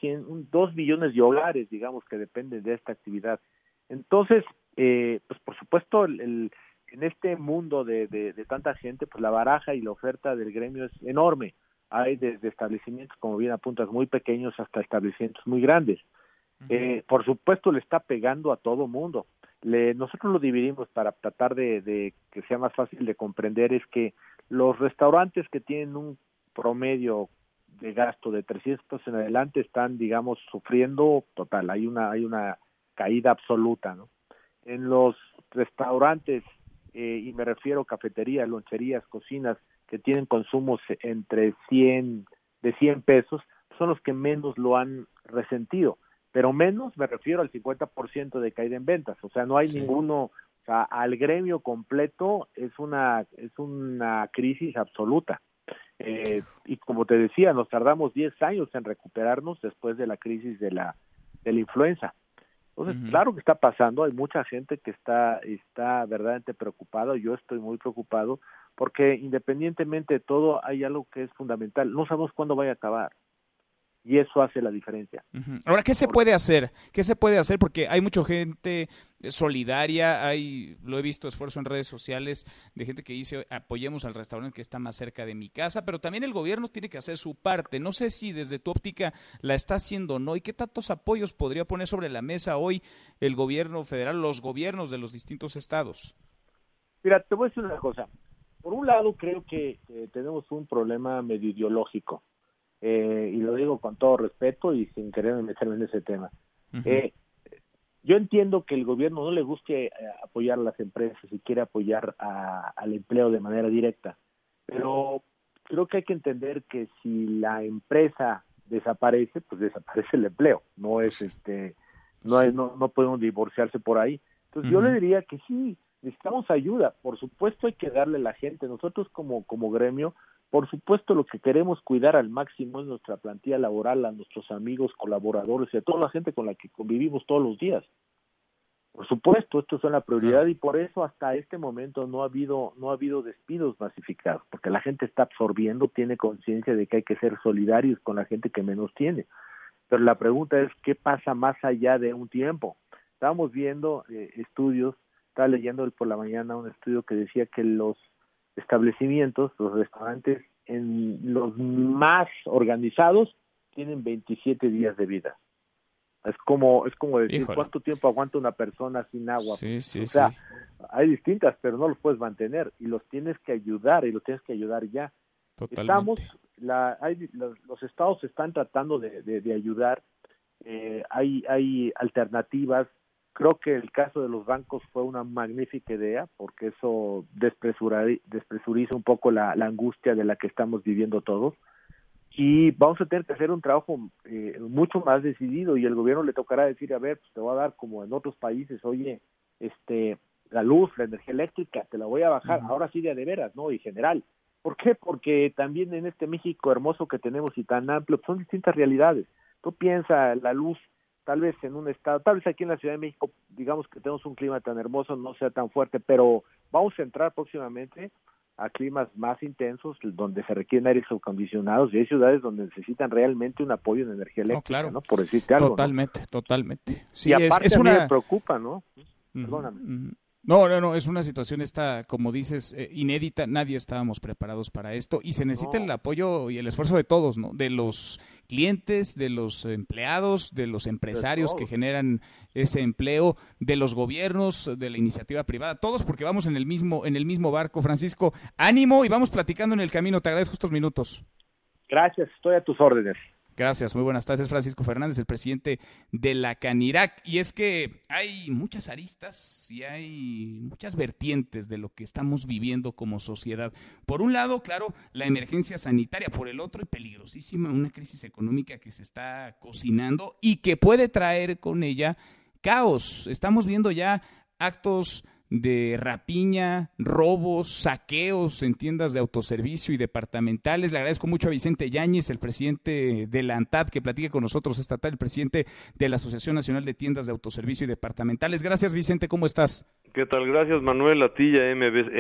2 millones de hogares, digamos, que dependen de esta actividad. Entonces, pues por supuesto, en este mundo de tanta gente, pues la baraja y la oferta del gremio es enorme. Hay desde establecimientos, como bien apuntas, muy pequeños hasta establecimientos muy grandes. Por supuesto, le está pegando a todo mundo. Nosotros lo dividimos para tratar de que sea más fácil de comprender, es que los restaurantes que tienen un promedio de gasto de 300 pesos en adelante están, digamos, sufriendo total, hay una caída absoluta, ¿no? En los restaurantes, y me refiero a cafeterías, loncherías, cocinas, que tienen consumos de 100 pesos, son los que menos lo han resentido. Pero menos me refiero al 50% de caída en ventas, o sea, no hay ninguno, o sea, al gremio completo es una crisis absoluta. Y como te decía, nos tardamos 10 años en recuperarnos después de la crisis de la influenza. Entonces, claro que está pasando, hay mucha gente que está verdaderamente preocupada, yo estoy muy preocupado, porque independientemente de todo, hay algo que es fundamental, no sabemos cuándo vaya a acabar. Y eso hace la diferencia. Ahora, ¿qué se puede hacer? ¿Qué se puede hacer? Porque hay mucha gente solidaria, lo he visto esfuerzo en redes sociales de gente que dice apoyemos al restaurante que está más cerca de mi casa, pero también el gobierno tiene que hacer su parte. No sé si desde tu óptica la está haciendo o no, y qué tantos apoyos podría poner sobre la mesa hoy el gobierno federal, los gobiernos de los distintos estados. Mira, te voy a decir una cosa. Por un lado, creo que tenemos un problema medio ideológico. Y lo digo con todo respeto y sin querer meterme en ese tema. Yo entiendo que el gobierno no le guste apoyar a las empresas y quiere apoyar al empleo de manera directa, pero creo que hay que entender que si la empresa desaparece, pues desaparece el empleo, no podemos divorciarse por ahí. Entonces yo le diría que sí, necesitamos ayuda. Por supuesto hay que darle a la gente, nosotros como gremio, por supuesto lo que queremos cuidar al máximo es nuestra plantilla laboral, a nuestros amigos, colaboradores y a toda la gente con la que convivimos todos los días. Por supuesto, esto es una prioridad y por eso hasta este momento no ha habido despidos masificados, porque la gente está absorbiendo, tiene conciencia de que hay que ser solidarios con la gente que menos tiene. Pero la pregunta es, ¿qué pasa más allá de un tiempo? Estábamos viendo estudios, estaba leyendo por la mañana un estudio que decía que los establecimientos, los restaurantes, en los más organizados, tienen 27 días de vida. Es como decir, híjole, ¿cuánto tiempo aguanta una persona sin agua? Sí, sí, o sea, sí. Hay distintas, pero no los puedes mantener y los tienes que ayudar y los tienes que ayudar ya. Totalmente. Los estados están tratando de ayudar, hay alternativas. Creo que el caso de los bancos fue una magnífica idea porque eso despresuriza un poco la angustia de la que estamos viviendo todos. Y vamos a tener que hacer un trabajo mucho más decidido y el gobierno le tocará decir, a ver, pues te voy a dar como en otros países, oye, la luz, la energía eléctrica, te la voy a bajar, ahora sí de veras, ¿no? Y general. ¿Por qué? Porque también en este México hermoso que tenemos y tan amplio, son distintas realidades. Tú piensas, la luz, tal vez en un estado, tal vez aquí en la Ciudad de México, digamos que tenemos un clima tan hermoso, no sea tan fuerte, pero vamos a entrar próximamente a climas más intensos, donde se requieren aires acondicionados, y hay ciudades donde necesitan realmente un apoyo en energía eléctrica, claro. ¿no? Por decirte algo. Totalmente. Sí, y aparte es a mí una... me preocupa, ¿no? Perdóname. No, es una situación como dices, inédita, nadie estábamos preparados para esto y se necesita el apoyo y el esfuerzo de todos, ¿no? De los clientes, de los empleados, de los empresarios que generan ese empleo, de los gobiernos, de la iniciativa privada, todos porque vamos en el mismo barco. Francisco, ánimo y vamos platicando en el camino, te agradezco estos minutos. Gracias, estoy a tus órdenes. Gracias, muy buenas tardes. Francisco Fernández, el presidente de la Canirac. Y es que hay muchas aristas y hay muchas vertientes de lo que estamos viviendo como sociedad. Por un lado, claro, la emergencia sanitaria, por el otro, y peligrosísima, una crisis económica que se está cocinando y que puede traer con ella caos. Estamos viendo ya actos de rapiña, robos, saqueos en tiendas de autoservicio y departamentales. Le agradezco mucho a Vicente Yáñez, el presidente de la ANTAD, que platique con nosotros esta tarde, el presidente de la Asociación Nacional de Tiendas de Autoservicio y Departamentales. Gracias, Vicente, ¿cómo estás? ¿Qué tal? Gracias, Manuel, a ti y a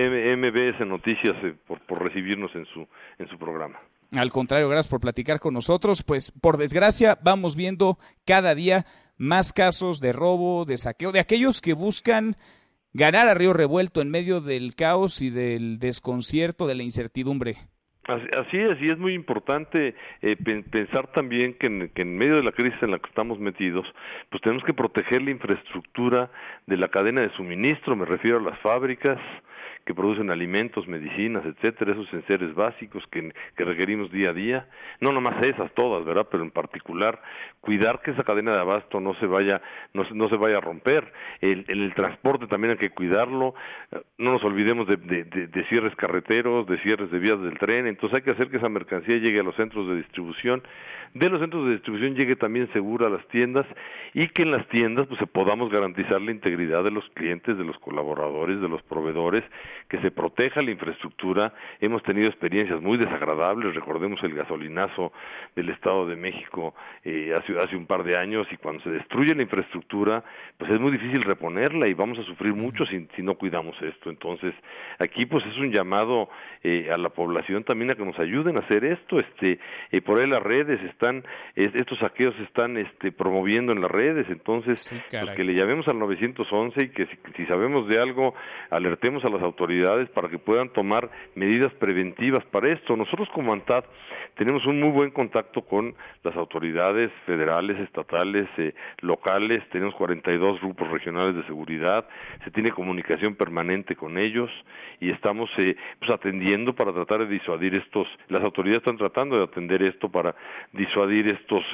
MBS Noticias por recibirnos en su programa. Al contrario, gracias por platicar con nosotros. Pues, por desgracia, vamos viendo cada día más casos de robo, de saqueo, de aquellos que buscan ganar a río revuelto en medio del caos y del desconcierto, de la incertidumbre. Así es, y es muy importante pensar también que en medio de la crisis en la que estamos metidos, pues tenemos que proteger la infraestructura de la cadena de suministro, me refiero a las fábricas que producen alimentos, medicinas, etcétera, esos enseres básicos que requerimos día a día, no nomás esas todas, ¿verdad?, pero en particular cuidar que esa cadena de abasto no se vaya a romper. El transporte también hay que cuidarlo, no nos olvidemos de cierres carreteros, de cierres de vías del tren, entonces hay que hacer que esa mercancía llegue a los centros de distribución, de los centros de distribución llegue también segura a las tiendas y que en las tiendas pues podamos garantizar la integridad de los clientes, de los colaboradores, de los proveedores, que se proteja la infraestructura. Hemos tenido experiencias muy desagradables, recordemos el gasolinazo del Estado de México hace un par de años, y cuando se destruye la infraestructura pues es muy difícil reponerla y vamos a sufrir mucho si no cuidamos esto. Entonces aquí pues es un llamado a la población también a que nos ayuden a hacer esto. Por ahí las redes estos saqueos se están promoviendo en las redes, entonces sí, pues que le llamemos al 911 y que si sabemos de algo alertemos a las autoridades para que puedan tomar medidas preventivas para esto. Nosotros como ANTAD tenemos un muy buen contacto con las autoridades federales, estatales, locales, tenemos 42 grupos regionales de seguridad, se tiene comunicación permanente con ellos y estamos pues atendiendo para tratar de disuadir las autoridades están tratando de atender esto para disuadir estos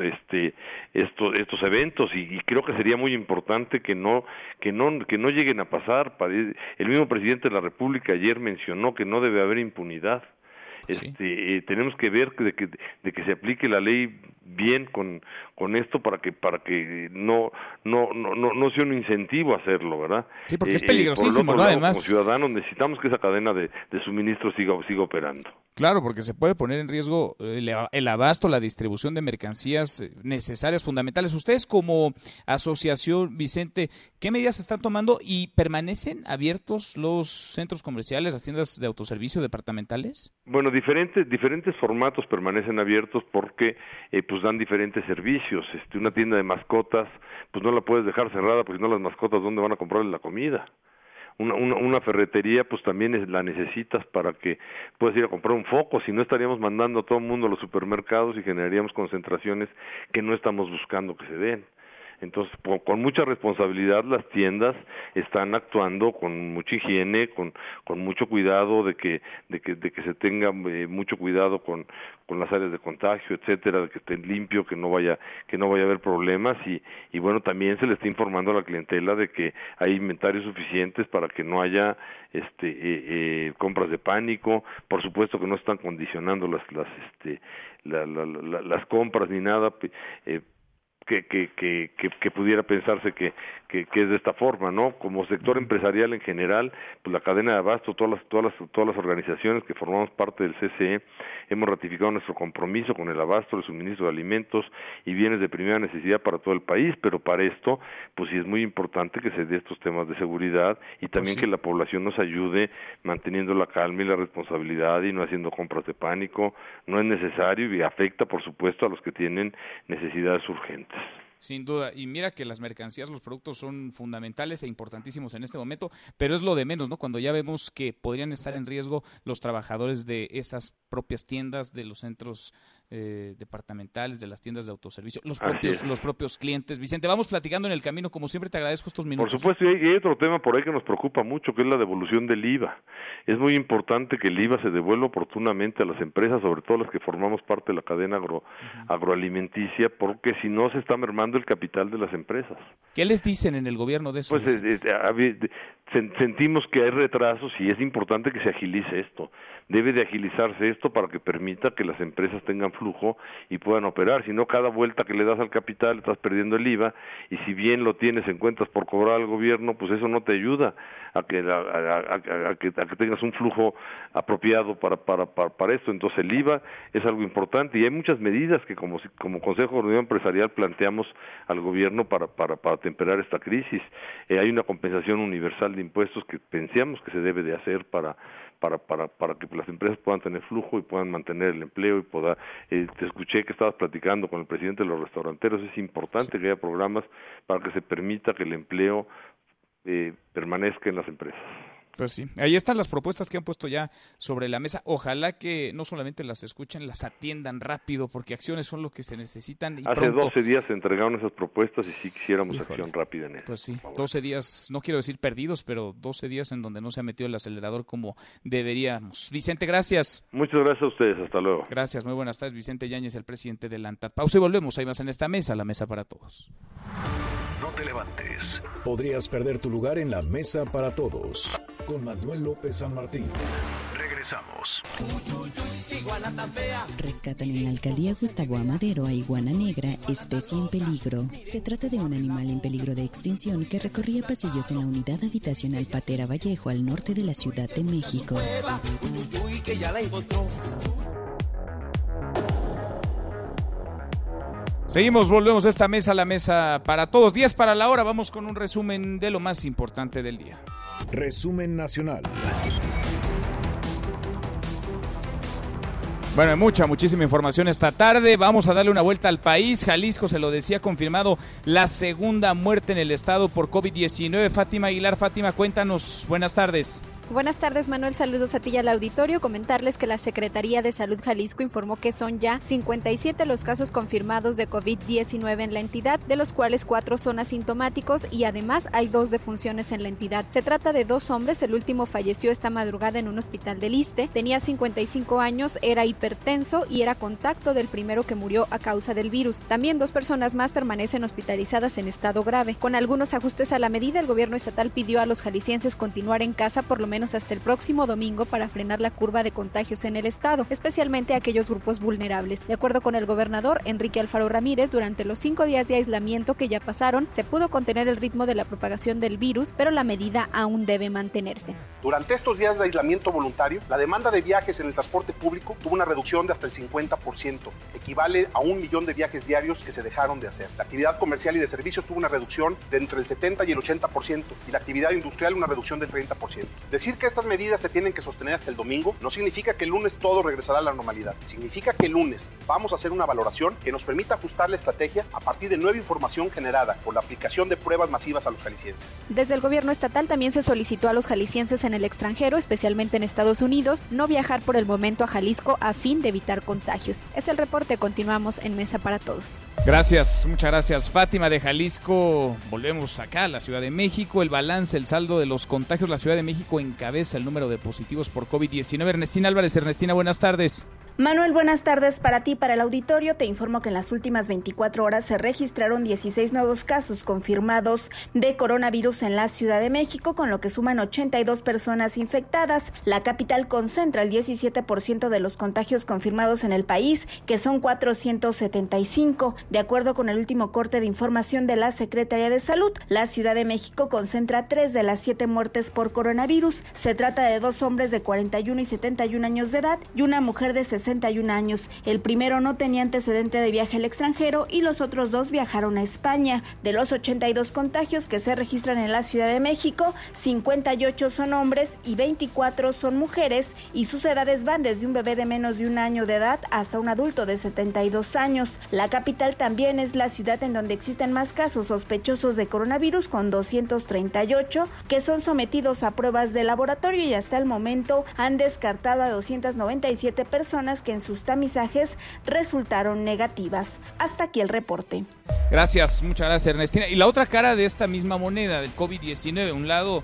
eventos y creo que sería muy importante que no lleguen a pasar. El mismo presidente de la República ayer mencionó que no debe haber impunidad. Tenemos que ver de que se aplique la ley bien con esto para que no sea un incentivo a hacerlo, ¿verdad? Sí, porque es peligrosísimo, ¿no? Además, como ciudadanos necesitamos que esa cadena de suministro siga operando. Claro, porque se puede poner en riesgo el abasto, la distribución de mercancías necesarias, fundamentales. Ustedes como asociación, Vicente, ¿qué medidas están tomando y permanecen abiertos los centros comerciales, las tiendas de autoservicio departamentales? Bueno, diferentes formatos permanecen abiertos porque pues dan diferentes servicios. Una tienda de mascotas, pues no la puedes dejar cerrada porque si no las mascotas, ¿dónde van a comprarle la comida? Una ferretería pues también la necesitas para que puedas ir a comprar un foco, si no estaríamos mandando a todo el mundo a los supermercados y generaríamos concentraciones que no estamos buscando que se den. Entonces, con mucha responsabilidad las tiendas están actuando con mucha higiene, con mucho cuidado de que se tenga mucho cuidado con las áreas de contagio, etcétera, de que esté limpio, que no vaya a haber problemas y bueno, también se le está informando a la clientela de que hay inventarios suficientes para que no haya compras de pánico. Por supuesto que no están condicionando las compras ni nada que pudiera pensarse que es de esta forma, ¿no? Como sector empresarial en general, pues la cadena de abasto, todas las organizaciones que formamos parte del CCE hemos ratificado nuestro compromiso con el abasto, el suministro de alimentos y bienes de primera necesidad para todo el país, pero para esto, pues sí es muy importante que se dé estos temas de seguridad y también que la población nos ayude manteniendo la calma y la responsabilidad y no haciendo compras de pánico. No es necesario y afecta, por supuesto, a los que tienen necesidades urgentes. Sin duda, y mira que las mercancías, los productos son fundamentales e importantísimos en este momento, pero es lo de menos, ¿no? Cuando ya vemos que podrían estar en riesgo los trabajadores de esas propias tiendas, de los centros departamentales, de las tiendas de autoservicio, los propios clientes. Vicente, vamos platicando en el camino, como siempre te agradezco estos minutos. Por supuesto, y hay otro tema por ahí que nos preocupa mucho, que es la devolución del IVA. Es muy importante que el IVA se devuelva oportunamente a las empresas, sobre todo las que formamos parte de la cadena agroalimenticia, porque si no se está mermando el capital de las empresas. ¿Qué les dicen en el gobierno de eso? Pues sentimos que hay retrasos y es importante que se agilice esto. Debe de agilizarse esto para que permita que las empresas tengan flujo y puedan operar. Si no, cada vuelta que le das al capital estás perdiendo el IVA y si bien lo tienes en cuentas por cobrar al gobierno, pues eso no te ayuda a que tengas un flujo apropiado para esto. Entonces el IVA es algo importante y hay muchas medidas que como Consejo de Unión Empresarial planteamos al gobierno para temperar esta crisis. Hay una compensación universal de impuestos que pensamos que se debe de hacer para que las empresas puedan tener flujo y puedan mantener el empleo y te escuché que estabas platicando con el presidente de los restauranteros. Es importante que haya programas para que se permita que el empleo permanezca en las empresas. Pues sí, ahí están las propuestas que han puesto ya sobre la mesa. Ojalá que no solamente las escuchen, las atiendan rápido, porque acciones son lo que se necesitan. Y hace pronto. 12 días se entregaron esas propuestas y sí quisiéramos acción rápida en eso. Pues sí, 12 días, no quiero decir perdidos, pero 12 días en donde no se ha metido el acelerador como deberíamos. Vicente, gracias. Muchas gracias a ustedes, hasta luego. Gracias, muy buenas tardes. Vicente Yáñez, el presidente de la ANTAD. Pausa y volvemos, hay más en esta mesa, la mesa para todos. No te levantes. Podrías perder tu lugar en la mesa para todos. Con Manuel López San Martín. Regresamos. Rescatan en la alcaldía Gustavo Amadero a iguana negra, especie en peligro. Se trata de un animal en peligro de extinción que recorría pasillos en la unidad habitacional Patera Vallejo al norte de la Ciudad de México. Seguimos, volvemos a esta mesa, la mesa para todos. 10 para la hora, vamos con un resumen de lo más importante del día. Resumen nacional. Bueno, hay muchísima información esta tarde. Vamos a darle una vuelta al país. Jalisco, se lo decía, confirmado la segunda muerte en el estado por COVID-19. Fátima Aguilar, Fátima, cuéntanos. Buenas tardes. Buenas tardes, Manuel. Saludos a ti y al auditorio. Comentarles que la Secretaría de Salud Jalisco informó que son ya 57 los casos confirmados de COVID-19 en la entidad, de los cuales 4 son asintomáticos y además hay 2 defunciones en la entidad. Se trata de 2 hombres, el último falleció esta madrugada en un hospital del Iste, tenía 55 años, era hipertenso y era contacto del primero que murió a causa del virus. También 2 personas más permanecen hospitalizadas en estado grave. Con algunos ajustes a la medida, el gobierno estatal pidió a los jaliscienses continuar en casa por lo menos menos hasta el próximo domingo para frenar la curva de contagios en el estado, especialmente aquellos grupos vulnerables. De acuerdo con el gobernador Enrique Alfaro Ramírez, durante los 5 días de aislamiento que ya pasaron, se pudo contener el ritmo de la propagación del virus, pero la medida aún debe mantenerse. Durante estos días de aislamiento voluntario, la demanda de viajes en el transporte público tuvo una reducción de hasta el 50%, equivale a 1 millón de viajes diarios que se dejaron de hacer. La actividad comercial y de servicios tuvo una reducción de entre el 70 y el 80%, y la actividad industrial una reducción del 30%. Decir que estas medidas se tienen que sostener hasta el domingo no significa que el lunes todo regresará a la normalidad. Significa que el lunes vamos a hacer una valoración que nos permita ajustar la estrategia a partir de nueva información generada por la aplicación de pruebas masivas a los jaliscienses. Desde el gobierno estatal también se solicitó a los jaliscienses en el extranjero, especialmente en Estados Unidos, no viajar por el momento a Jalisco a fin de evitar contagios. Es el reporte, continuamos en Mesa para Todos. Gracias, muchas gracias, Fátima de Jalisco. Volvemos acá a la Ciudad de México. El balance, el saldo de los contagios, la Ciudad de México encabeza el número de positivos por COVID-19. Ernestina Álvarez. Ernestina, buenas tardes. Manuel, buenas tardes para ti, para el auditorio. Te informo que en las últimas 24 horas se registraron 16 nuevos casos confirmados de coronavirus en la Ciudad de México, con lo que suman 82 personas infectadas. La capital concentra el 17% de los contagios confirmados en el país, que son 475. De acuerdo con el último corte de información de la Secretaría de Salud, la Ciudad de México concentra 3 de las 7 muertes por coronavirus. Se trata de 2 hombres de 41 y 71 años de edad y una mujer de 61 años. El primero no tenía antecedente de viaje al extranjero y los otros 2 viajaron a España. De los 82 contagios que se registran en la Ciudad de México, 58 son hombres y 24 son mujeres, y sus edades van desde un bebé de menos de 1 año de edad hasta un adulto de 72 años. La capital también es la ciudad en donde existen más casos sospechosos de coronavirus, con 238 que son sometidos a pruebas de laboratorio, y hasta el momento han descartado a 297 personas que en sus tamizajes resultaron negativas. Hasta aquí el reporte. Gracias, muchas gracias, Ernestina. Y la otra cara de esta misma moneda del COVID-19, un lado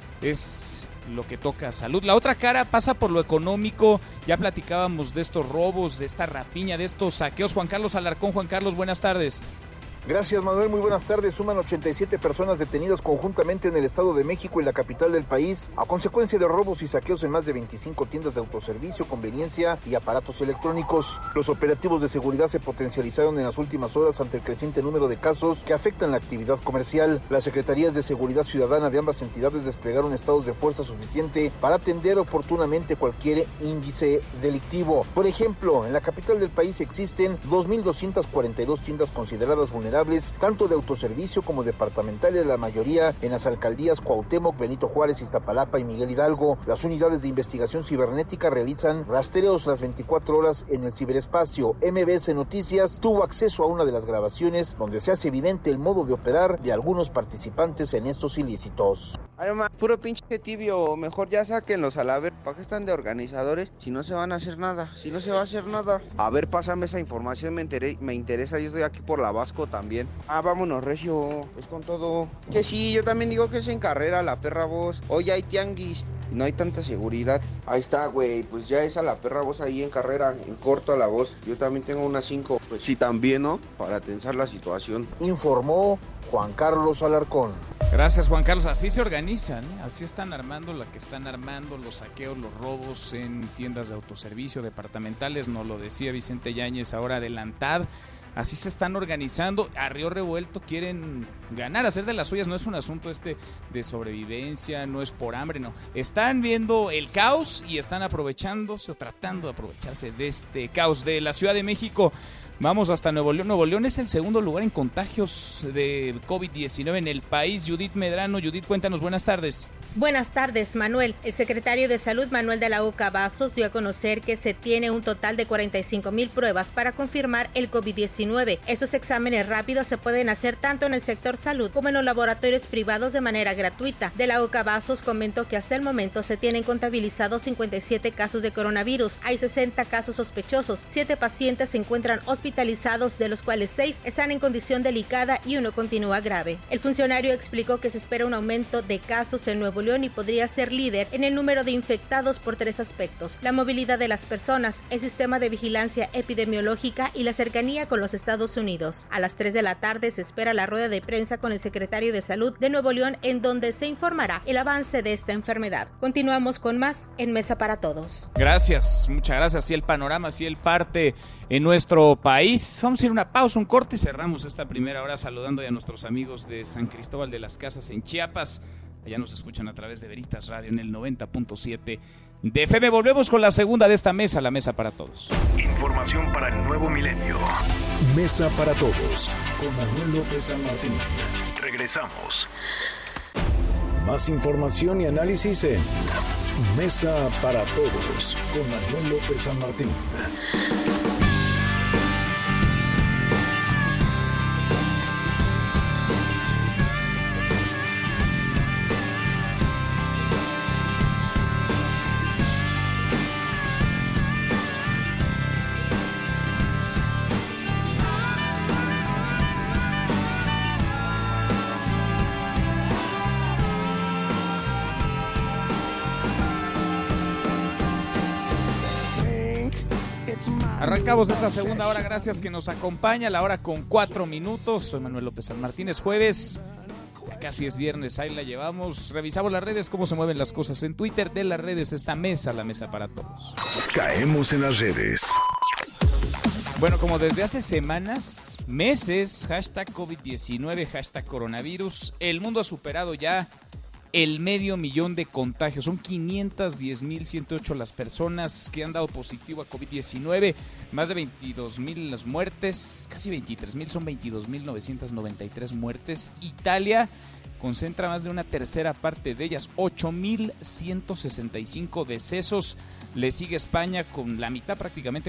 es lo que toca salud, la otra cara pasa por lo económico. Ya platicábamos de estos robos, de esta rapiña, de estos saqueos. Juan Carlos Alarcón. Juan Carlos, buenas tardes. Gracias, Manuel, muy buenas tardes. Suman 87 personas detenidas conjuntamente en el Estado de México y la capital del país a consecuencia de robos y saqueos en más de 25 tiendas de autoservicio, conveniencia y aparatos electrónicos. Los operativos de seguridad se potencializaron en las últimas horas ante el creciente número de casos que afectan la actividad comercial. Las secretarías de seguridad ciudadana de ambas entidades desplegaron estados de fuerza suficiente para atender oportunamente cualquier índice delictivo. Por ejemplo, en la capital del país existen 2.242 tiendas consideradas vulnerables, tanto de autoservicio como departamentales, la mayoría en las alcaldías Cuauhtémoc, Benito Juárez, Iztapalapa y Miguel Hidalgo. Las unidades de investigación cibernética realizan rastreos las 24 horas en el ciberespacio. MBS Noticias tuvo acceso a una de las grabaciones donde se hace evidente el modo de operar de algunos participantes en estos ilícitos. Ay, puro pinche tibio, mejor ya sáquenlos a la ver. ¿Para qué están de organizadores si no se van a hacer nada? Si no se va a hacer nada. A ver, pásame esa información, me interesa, yo estoy aquí por la Vasco también. Vámonos, recio, es con todo. Que sí, yo también digo que es en carrera la perra voz. Hoy hay tianguis y no hay tanta seguridad. Ahí está, güey, pues ya es a la perra voz ahí en carrera, en corto a la voz. Yo también tengo unas 5, pues sí también, ¿no? Para tensar la situación. Informó Juan Carlos Alarcón. Gracias, Juan Carlos. Así se organizan, ¿eh? Así están armando la que están armando, los saqueos, los robos en tiendas de autoservicio, departamentales. Nos lo decía Vicente Yáñez, ahora adelantad. Así se están organizando, a río revuelto, quieren ganar, hacer de las suyas. No es un asunto de sobrevivencia, no es por hambre, no. Están viendo el caos y están aprovechándose o tratando de aprovecharse de este caos. De la Ciudad de México, vamos hasta Nuevo León. Nuevo León es el segundo lugar en contagios de COVID-19 en el país. Judith Medrano. Judith, cuéntanos, buenas tardes. Buenas tardes, Manuel. El secretario de Salud, Manuel de la O. Cavazos, dio a conocer que se tiene un total de 45,000 pruebas para confirmar el COVID-19. Estos exámenes rápidos se pueden hacer tanto en el sector salud como en los laboratorios privados de manera gratuita. De la O. Cavazos comentó que hasta el momento se tienen contabilizados 57 casos de coronavirus. Hay 60 casos sospechosos. 7 pacientes se encuentran hospitalizados, de los cuales 6 están en condición delicada y 1 continúa grave. El funcionario explicó que se espera un aumento de casos en Nuevo León y podría ser líder en el número de infectados por 3 aspectos: la movilidad de las personas, el sistema de vigilancia epidemiológica y la cercanía con los Estados Unidos. A las 3 de la tarde se espera la rueda de prensa con el secretario de Salud de Nuevo León, en donde se informará el avance de esta enfermedad. Continuamos con más en Mesa para Todos. Gracias, muchas gracias. Así el panorama, así el parte en nuestro país. Vamos a ir a una pausa, un corte y cerramos esta primera hora saludando ya a nuestros amigos de San Cristóbal de las Casas en Chiapas. Allá nos escuchan a través de Veritas Radio en el 90.7 de FM. Volvemos con la segunda de esta mesa, la Mesa para Todos. Información para el nuevo milenio. Mesa para Todos con Manuel López San Martín. Regresamos. Más información y análisis en Mesa para Todos con Manuel López San Martín. Arrancamos esta segunda hora, gracias que nos acompaña, la hora con 4 minutos. Soy Manuel López San Martín, es jueves, ya casi es viernes, ahí la llevamos. Revisamos las redes, cómo se mueven las cosas en Twitter. De las redes, esta mesa, la Mesa para Todos. Caemos en las redes. Bueno, como desde hace semanas, meses, hashtag COVID-19, hashtag coronavirus, el mundo ha superado ya el 500,000 de contagios. Son 510,108 las personas que han dado positivo a COVID-19, más de 22,000 las muertes, casi 23,000, son 22,993 muertes. Italia concentra más de una tercera parte de ellas, 8,165 decesos. Le sigue España con la mitad, prácticamente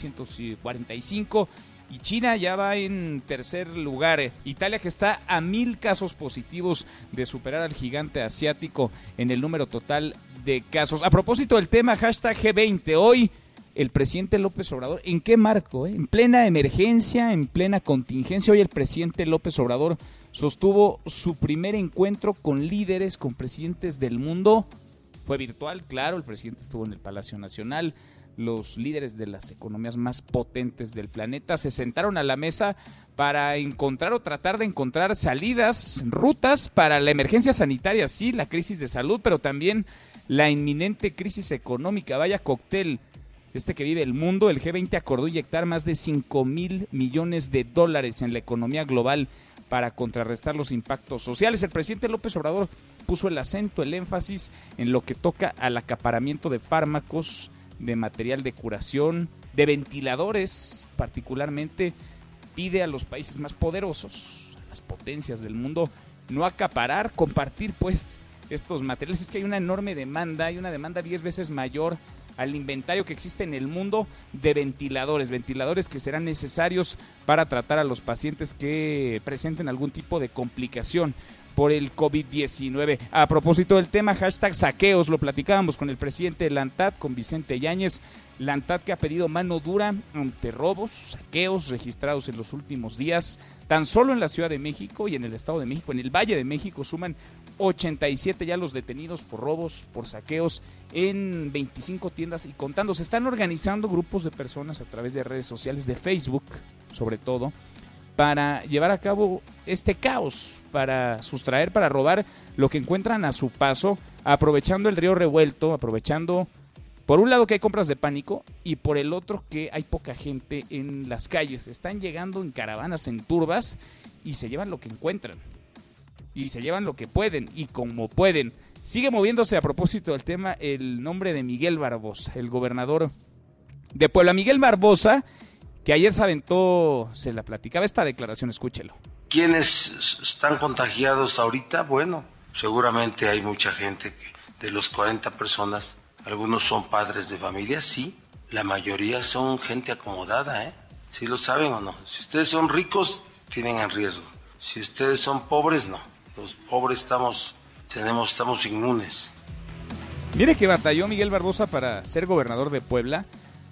4,145. Y China ya va en tercer lugar. Italia, que está a 1,000 casos positivos de superar al gigante asiático en el número total de casos. A propósito del tema, hashtag G20, hoy el presidente López Obrador, ¿en qué marco? En plena emergencia, en plena contingencia, hoy el presidente López Obrador sostuvo su primer encuentro con líderes, con presidentes del mundo. Fue virtual, claro, el presidente estuvo en el Palacio Nacional. Los líderes de las economías más potentes del planeta se sentaron a la mesa para encontrar o tratar de encontrar salidas, rutas para la emergencia sanitaria, sí, la crisis de salud, pero también la inminente crisis económica. Vaya cóctel que vive el mundo. El G20 acordó inyectar más de 5,000 millones de dólares en la economía global para contrarrestar los impactos sociales. El presidente López Obrador puso el acento, el énfasis en lo que toca al acaparamiento de fármacos, de material de curación, de ventiladores particularmente. Pide a los países más poderosos, a las potencias del mundo, no acaparar, compartir pues estos materiales. Es que hay una enorme demanda, hay una demanda 10 veces mayor al inventario que existe en el mundo de ventiladores que serán necesarios para tratar a los pacientes que presenten algún tipo de complicación por el COVID-19. A propósito del tema, hashtag saqueos, lo platicábamos con el presidente de la ANTAD, con Vicente Yáñez. La ANTAD, que ha pedido mano dura ante robos, saqueos registrados en los últimos días. Tan solo en la Ciudad de México y en el Estado de México, en el Valle de México, suman 87 ya los detenidos por robos, por saqueos en 25 tiendas y contando. Se están organizando grupos de personas a través de redes sociales, de Facebook sobre todo, para llevar a cabo este caos, para sustraer, para robar lo que encuentran a su paso, aprovechando el río revuelto, aprovechando por un lado que hay compras de pánico y por el otro que hay poca gente en las calles. Están llegando en caravanas, en turbas, y se llevan lo que encuentran y se llevan lo que pueden y como pueden. Sigue moviéndose, a propósito del tema, el nombre de Miguel Barbosa, el gobernador de Puebla. Miguel Barbosa, que ayer se aventó, se la platicaba esta declaración, escúchelo. ¿Quiénes están contagiados ahorita? Bueno, seguramente hay mucha gente que de los 40 personas, algunos son padres de familia, sí, la mayoría son gente acomodada, ¿eh? ¿Sí lo saben o no? Si ustedes son ricos, tienen en riesgo. Si ustedes son pobres, no. Los pobres estamos inmunes. Mire que batalló Miguel Barbosa para ser gobernador de Puebla.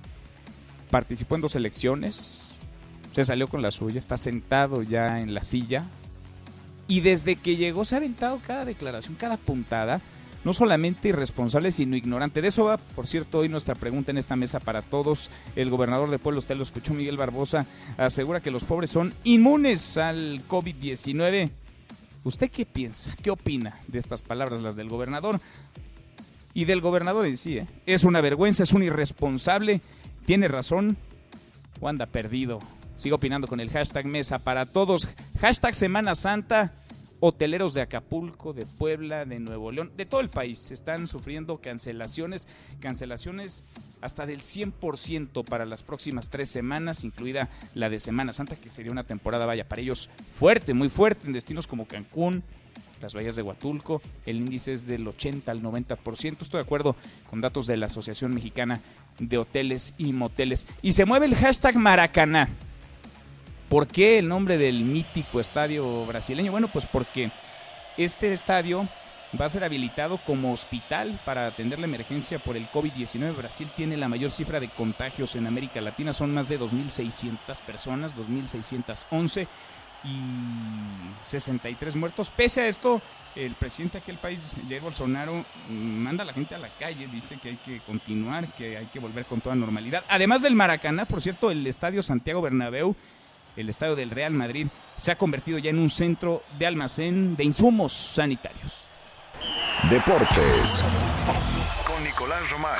Participó en 2 elecciones, se salió con la suya, está sentado ya en la silla y desde que llegó se ha aventado cada declaración, cada puntada, no solamente irresponsable, sino ignorante. De eso va, por cierto, hoy nuestra pregunta en esta mesa para todos. El gobernador de Puebla, usted lo escuchó, Miguel Barbosa, asegura que los pobres son inmunes al COVID-19. ¿Usted qué piensa? ¿Qué opina de estas palabras, las del gobernador? Y del gobernador en sí, ¿Es una vergüenza? ¿Es un irresponsable? ¿Tiene razón? ¿O anda perdido? Sigo opinando con el hashtag Mesa para Todos. Hashtag Semana Santa. Hoteleros de Acapulco, de Puebla, de Nuevo León, de todo el país están sufriendo cancelaciones hasta del 100% para las próximas 3 semanas, incluida la de Semana Santa, que sería una temporada, vaya, para ellos fuerte, muy fuerte, en destinos como Cancún, las bahías de Huatulco. El índice es del 80 al 90%. Estoy de acuerdo con datos de la Asociación Mexicana de Hoteles y Moteles. Y se mueve el hashtag Maracaná. ¿Por qué el nombre del mítico estadio brasileño? Bueno, pues porque este estadio va a ser habilitado como hospital para atender la emergencia por el COVID-19. Brasil tiene la mayor cifra de contagios en América Latina, son más de 2.600 personas, 2.611 y 63 muertos. Pese a esto, el presidente de aquel país, Jair Bolsonaro, manda a la gente a la calle, dice que hay que continuar, que hay que volver con toda normalidad. Además del Maracaná, por cierto, el estadio Santiago Bernabéu, el estadio del Real Madrid, se ha convertido ya en un centro de almacén de insumos sanitarios. Deportes con Nicolás Romay.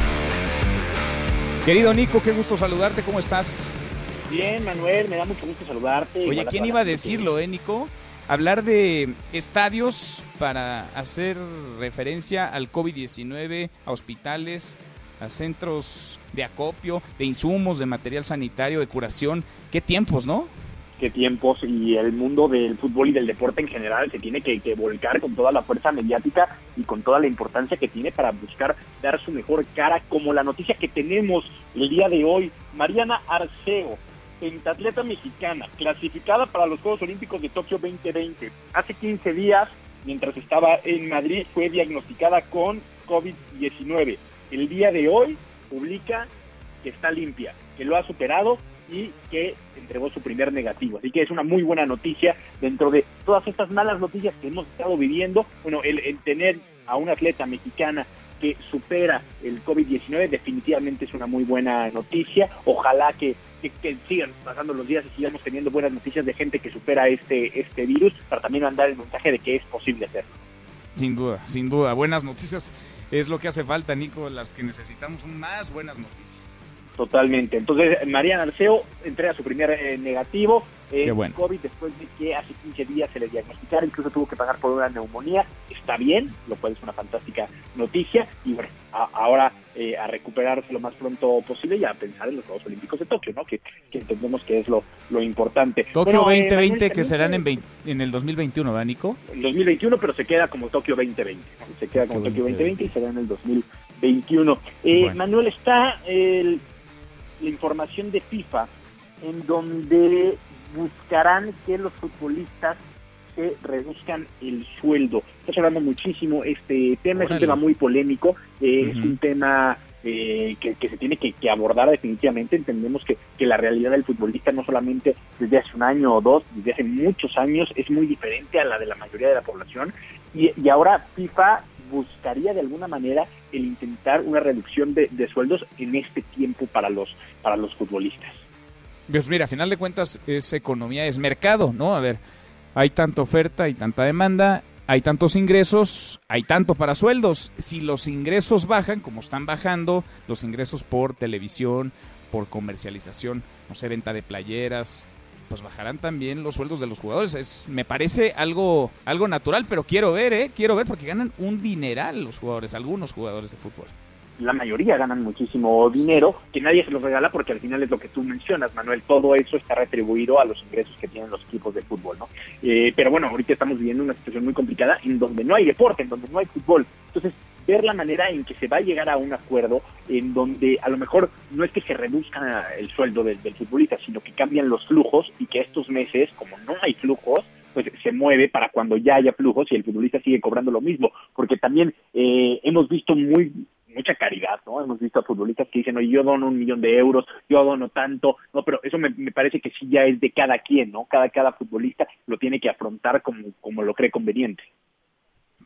Querido Nico, qué gusto saludarte, ¿cómo estás? Bien, Manuel, me da mucho gusto saludarte. Oye, ¿quién iba a decirlo, Nico? Hablar de estadios para hacer referencia al COVID-19, a hospitales, a centros de acopio, de insumos, de material sanitario, de curación. Qué tiempos, ¿no? Qué tiempos, y el mundo del fútbol y del deporte en general se tiene que volcar con toda la fuerza mediática y con toda la importancia que tiene para buscar dar su mejor cara, como la noticia que tenemos el día de hoy. Mariana Arceo, pentatleta mexicana, clasificada para los Juegos Olímpicos de Tokio 2020. Hace 15 días, mientras estaba en Madrid, fue diagnosticada con COVID-19. El día de hoy publica que está limpia, que lo ha superado y que entregó su primer negativo. Así que es una muy buena noticia dentro de todas estas malas noticias que hemos estado viviendo. Bueno, el tener a una atleta mexicana que supera el COVID-19 definitivamente es una muy buena noticia. Ojalá que sigan pasando los días y sigamos teniendo buenas noticias de gente que supera este virus, para también mandar el mensaje de que es posible hacerlo. Sin duda, buenas noticias es lo que hace falta, Nico. Las que necesitamos son más buenas noticias. Totalmente. Entonces, Mariana Arceo entrega su primer negativo bueno. COVID después de que hace 15 días se le diagnosticara, incluso tuvo que pagar por una neumonía. Está bien, lo cual es una fantástica noticia, y bueno, ahora a recuperarse lo más pronto posible y a pensar en los Juegos Olímpicos de Tokio, ¿no? Que entendemos que es lo importante. Tokio 2020, que serán en el 2021, ¿verdad, Nico? En 2021, pero se queda como Tokio 2020, ¿no? Se queda como Tokio 2020 y será en el 2021. Bueno. Manuel, está la información de FIFA, en donde buscarán que los futbolistas se reduzcan el sueldo. Estás hablando muchísimo este tema. Órale. Es un tema muy polémico, es un tema que se tiene que abordar definitivamente. Entendemos que la realidad del futbolista, no solamente desde hace un año o dos, desde hace muchos años, es muy diferente a la de la mayoría de la población, y ahora FIFA buscaría de alguna manera el intentar una reducción de sueldos en este tiempo para los futbolistas. Pues mira, a final de cuentas es economía, es mercado, ¿no? A ver, hay tanta oferta, hay tanta demanda, hay tantos ingresos, hay tanto para sueldos. Si los ingresos bajan, como están bajando, los ingresos por televisión, por comercialización, no sé, venta de playeras, pues bajarán también los sueldos de los jugadores. Me parece algo natural, pero quiero ver porque ganan un dineral los jugadores, algunos jugadores de fútbol. La mayoría ganan muchísimo dinero, que nadie se los regala, porque al final es lo que tú mencionas, Manuel, todo eso está retribuido a los ingresos que tienen los equipos de fútbol, ¿no? Pero bueno, ahorita estamos viviendo una situación muy complicada en donde no hay deporte, en donde no hay fútbol. Entonces, ver la manera en que se va a llegar a un acuerdo en donde a lo mejor no es que se reduzca el sueldo del futbolista, sino que cambian los flujos, y que estos meses, como no hay flujos, pues se mueve para cuando ya haya flujos y el futbolista sigue cobrando lo mismo, porque también hemos visto mucha caridad, ¿no? Hemos visto a futbolistas que dicen, oye, yo dono 1 millón de euros, yo dono tanto, no, pero eso me parece que sí ya es de cada quien, ¿no? Cada futbolista lo tiene que afrontar como lo cree conveniente.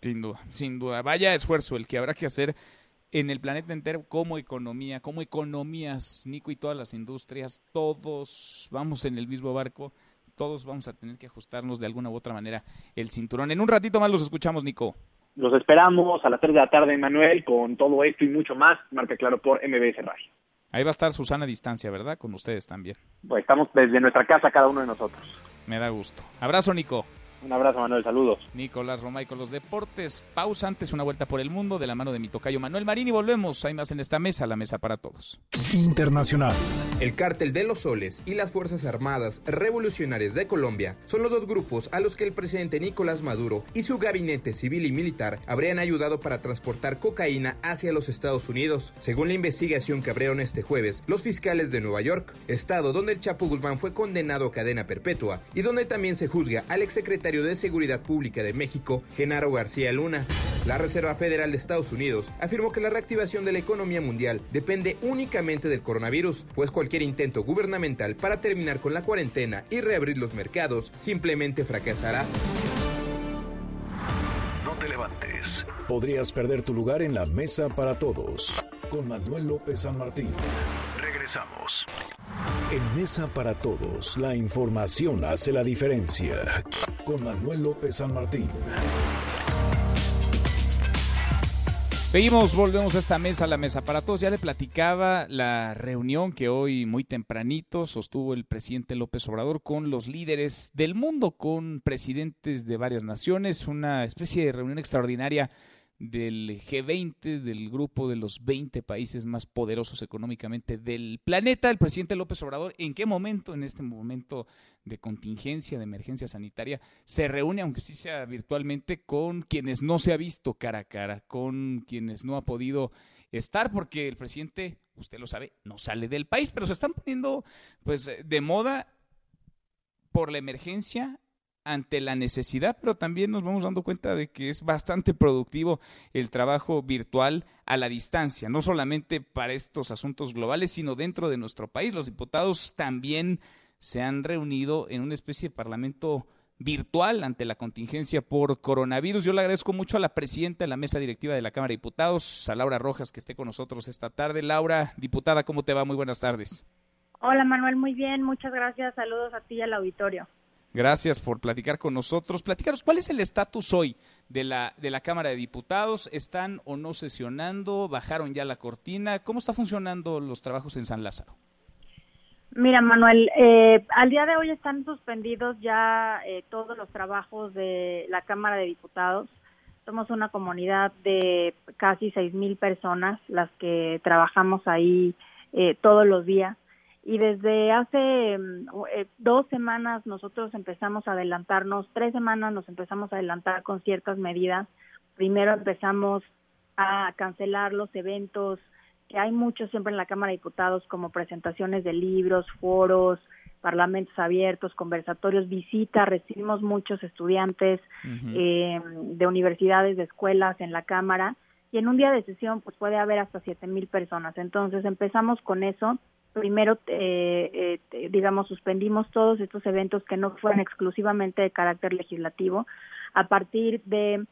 Sin duda. Vaya esfuerzo el que habrá que hacer en el planeta entero como economía, como economías, Nico, y todas las industrias, todos vamos en el mismo barco, todos vamos a tener que ajustarnos de alguna u otra manera el cinturón. En un ratito más los escuchamos, Nico. Los esperamos a las 3 de la tarde, Manuel, con todo esto y mucho más. Marca Claro por MBS Radio. Ahí va a estar Susana a distancia, ¿verdad? Con ustedes también. Pues estamos desde nuestra casa, cada uno de nosotros. Me da gusto. Abrazo, Nico. Un abrazo, Manuel, saludos. Nicolás Romay con los deportes. Pausa antes, una vuelta por el mundo de la mano de mi tocayo Manuel Marín y volvemos. Hay más en esta mesa, la mesa para todos. Internacional. El Cártel de los Soles y las Fuerzas Armadas Revolucionarias de Colombia son los dos grupos a los que el presidente Nicolás Maduro y su gabinete civil y militar habrían ayudado para transportar cocaína hacia los Estados Unidos, según la investigación que abrieron este jueves los fiscales de Nueva York, estado donde el Chapo Guzmán fue condenado a cadena perpetua y donde también se juzga al exsecretario de Seguridad Pública de México, Genaro García Luna. La Reserva Federal de Estados Unidos afirmó que la reactivación de la economía mundial depende únicamente del coronavirus, pues cualquier intento gubernamental para terminar con la cuarentena y reabrir los mercados simplemente fracasará. No te levantes. Podrías perder tu lugar en la mesa para todos. Con Manuel López San Martín. Regresamos. En Mesa para Todos, la información hace la diferencia. Con Manuel López San Martín. Seguimos, volvemos a esta mesa, la mesa para todos. Ya le platicaba la reunión que hoy muy tempranito sostuvo el presidente López Obrador con los líderes del mundo, con presidentes de varias naciones, una especie de reunión extraordinaria del G20, del grupo de los 20 países más poderosos económicamente del planeta. El presidente López Obrador, ¿en qué momento, en este momento de contingencia, de emergencia sanitaria, se reúne, aunque sí sea virtualmente, con quienes no se ha visto cara a cara, con quienes no ha podido estar, porque el presidente, usted lo sabe, no sale del país, pero se están poniendo pues de moda por la emergencia, ante la necesidad, pero también nos vamos dando cuenta de que es bastante productivo el trabajo virtual a la distancia, no solamente para estos asuntos globales, sino dentro de nuestro país. Los diputados también se han reunido en una especie de parlamento virtual ante la contingencia por coronavirus. Yo le agradezco mucho a la presidenta de la mesa directiva de la Cámara de Diputados, a Laura Rojas, que esté con nosotros esta tarde. Laura, diputada, ¿cómo te va? Muy buenas tardes. Hola Manuel, muy bien, muchas gracias, saludos a ti y al auditorio. Gracias por platicar con nosotros. Platícanos, ¿cuál es el estatus hoy de la Cámara de Diputados? ¿Están o no sesionando? ¿Bajaron ya la cortina? ¿Cómo están funcionando los trabajos en San Lázaro? Mira, Manuel, al día de hoy están suspendidos ya todos los trabajos de la Cámara de Diputados. Somos una comunidad de casi 6,000 personas las que trabajamos ahí todos los días. Y desde hace 2 semanas nosotros empezamos a adelantarnos, 3 semanas nos empezamos a adelantar con ciertas medidas. Primero empezamos a cancelar los eventos, que hay muchos siempre en la Cámara de Diputados, como presentaciones de libros, foros, parlamentos abiertos, conversatorios, visitas. Recibimos muchos estudiantes de universidades, de escuelas en la Cámara, y en un día de sesión pues puede haber hasta 7,000 personas. Entonces empezamos con eso. Primero, suspendimos todos estos eventos que no fueran exclusivamente de carácter legislativo. A partir de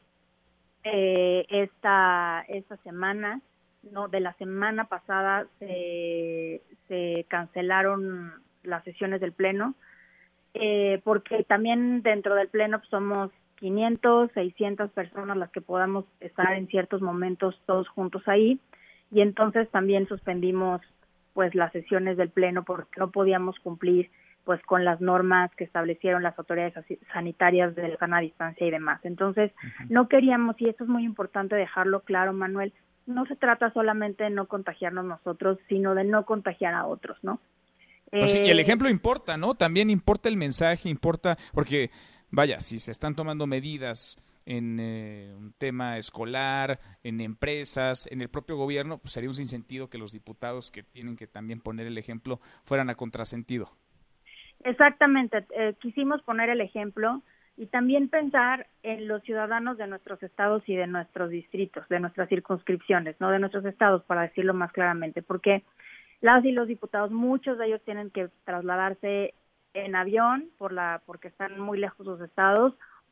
esta semana, no, de la semana pasada, se cancelaron las sesiones del Pleno, porque también dentro del Pleno pues, somos 500, 600 personas las que podamos estar en ciertos momentos todos juntos ahí, y entonces también suspendimos pues las sesiones del Pleno porque no podíamos cumplir pues con las normas que establecieron las autoridades sanitarias de la sana distancia y demás. Entonces, no queríamos, y esto es muy importante dejarlo claro, Manuel, no se trata solamente de no contagiarnos nosotros, sino de no contagiar a otros, ¿no? Pues sí, y el ejemplo importa, ¿no? También importa el mensaje, importa, porque vaya, si se están tomando medidas en un tema escolar, en empresas, en el propio gobierno, pues sería un sinsentido que los diputados que tienen que también poner el ejemplo fueran a contrasentido. Exactamente, quisimos poner el ejemplo y también pensar en los ciudadanos de nuestros estados y de nuestros distritos, de nuestras circunscripciones, no de nuestros estados, para decirlo más claramente, porque las y los diputados, muchos de ellos tienen que trasladarse en avión porque están muy lejos sus estados,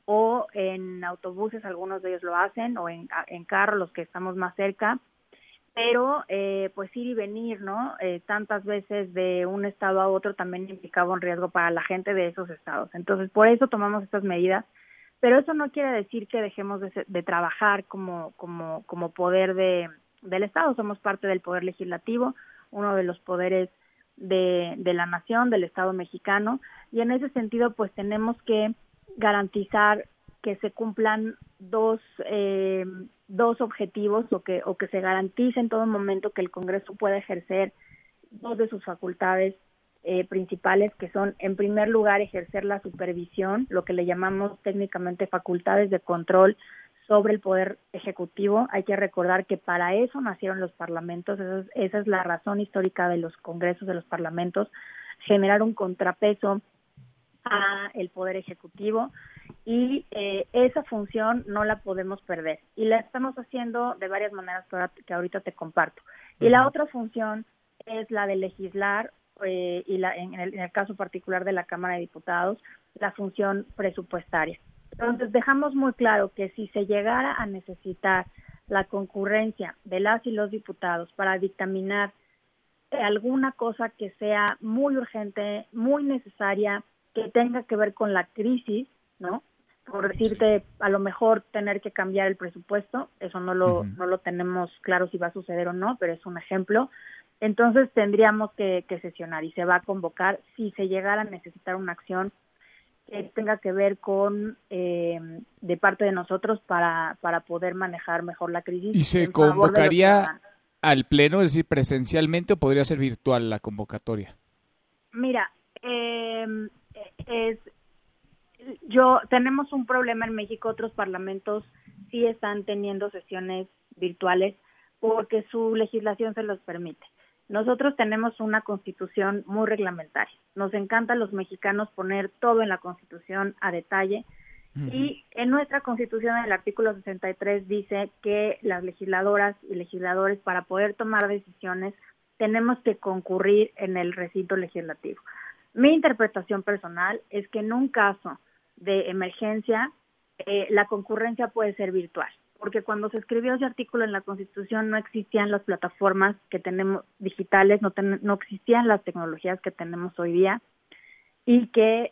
o en autobuses, algunos de ellos lo hacen, o en carro, los que estamos más cerca, pero pues ir y venir, ¿no? Tantas veces de un estado a otro también implicaba un riesgo para la gente de esos estados. Entonces, por eso tomamos estas medidas, pero eso no quiere decir que dejemos de trabajar como poder del Estado. Somos parte del poder legislativo, uno de los poderes de la nación, del Estado mexicano, y en ese sentido pues tenemos que garantizar que se cumplan dos objetivos o que se garantice en todo momento que el Congreso pueda ejercer dos de sus facultades principales, que son, en primer lugar, ejercer la supervisión, lo que le llamamos técnicamente facultades de control sobre el Poder Ejecutivo. Hay que recordar que para eso nacieron los parlamentos, esa es la razón histórica de los congresos, de los parlamentos, generar un contrapeso a el Poder Ejecutivo, y esa función no la podemos perder, y la estamos haciendo de varias maneras que ahorita te comparto. Y la otra función es la de legislar, y en el caso particular de la Cámara de Diputados, la función presupuestaria. Entonces dejamos muy claro que si se llegara a necesitar la concurrencia de las y los diputados para dictaminar alguna cosa que sea muy urgente, muy necesaria, que tenga que ver con la crisis, ¿no? Por decirte, a lo mejor tener que cambiar el presupuesto, eso no lo tenemos claro si va a suceder o no, pero es un ejemplo. Entonces tendríamos que sesionar, y se va a convocar si se llegara a necesitar una acción que tenga que ver con de parte de nosotros para poder manejar mejor la crisis. ¿Y se convocaría al Pleno, es decir, presencialmente, o podría ser virtual la convocatoria? Mira, tenemos un problema en México. Otros parlamentos sí están teniendo sesiones virtuales porque su legislación se los permite. Nosotros tenemos una constitución muy reglamentaria. Nos encanta a los mexicanos poner todo en la constitución a detalle. Y en nuestra constitución, en el artículo 63, dice que las legisladoras y legisladores, para poder tomar decisiones, tenemos que concurrir en el recinto legislativo. Mi interpretación personal es que en un caso de emergencia, la concurrencia puede ser virtual, porque cuando se escribió ese artículo en la Constitución no existían las plataformas que tenemos digitales, no existían las tecnologías que tenemos hoy día, y que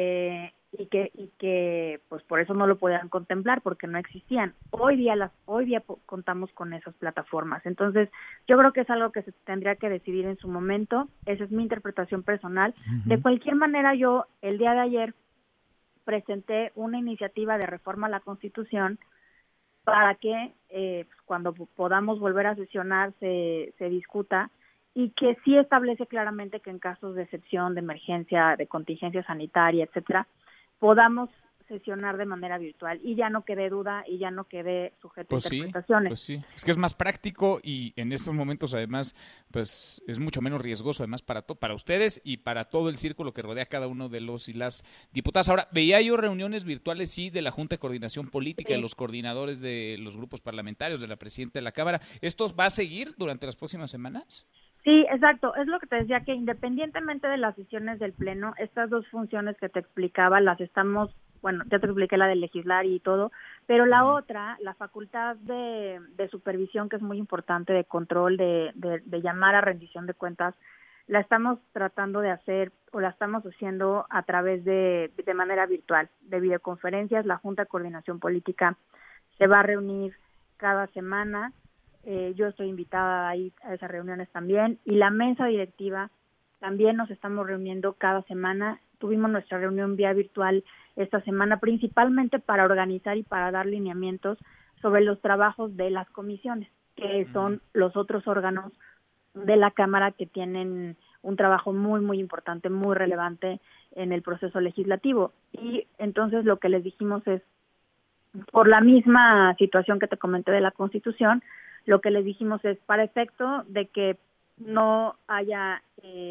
pues por eso no lo podían contemplar, porque no existían. Hoy día contamos con esas plataformas. Entonces, yo creo que es algo que se tendría que decidir en su momento. Esa es mi interpretación personal. De cualquier manera, yo el día de ayer presenté una iniciativa de reforma a la Constitución para que cuando podamos volver a sesionar se discuta, y que sí establece claramente que en casos de excepción, de emergencia, de contingencia sanitaria, etcétera, podamos sesionar de manera virtual, y ya no quede duda y ya no quede sujeto a interpretaciones. Pues sí, es que es más práctico, y en estos momentos además pues es mucho menos riesgoso además para ustedes y para todo el círculo que rodea a cada uno de los y las diputadas. Ahora, veía yo reuniones virtuales, sí, de la Junta de Coordinación Política, de los coordinadores de los grupos parlamentarios, de la presidenta de la Cámara. ¿Esto va a seguir durante las próximas semanas? Sí, exacto. Es lo que te decía, que independientemente de las sesiones del Pleno, estas dos funciones que te explicaba las estamos, bueno, ya te expliqué la de legislar y todo, pero la otra, la facultad de supervisión, que es muy importante, de control, de llamar a rendición de cuentas, la estamos tratando de hacer, o la estamos haciendo a través de manera virtual, de videoconferencias. La Junta de Coordinación Política se va a reunir cada semana. Yo estoy invitada ahí a esas reuniones también, y la mesa directiva también nos estamos reuniendo cada semana. Tuvimos nuestra reunión vía virtual esta semana, principalmente para organizar y para dar lineamientos sobre los trabajos de las comisiones, que son los otros órganos de la Cámara que tienen un trabajo muy, muy importante, muy relevante en el proceso legislativo. Y entonces lo que les dijimos es, por la misma situación que te comenté de la Constitución, lo que les dijimos es, para efecto de que no haya,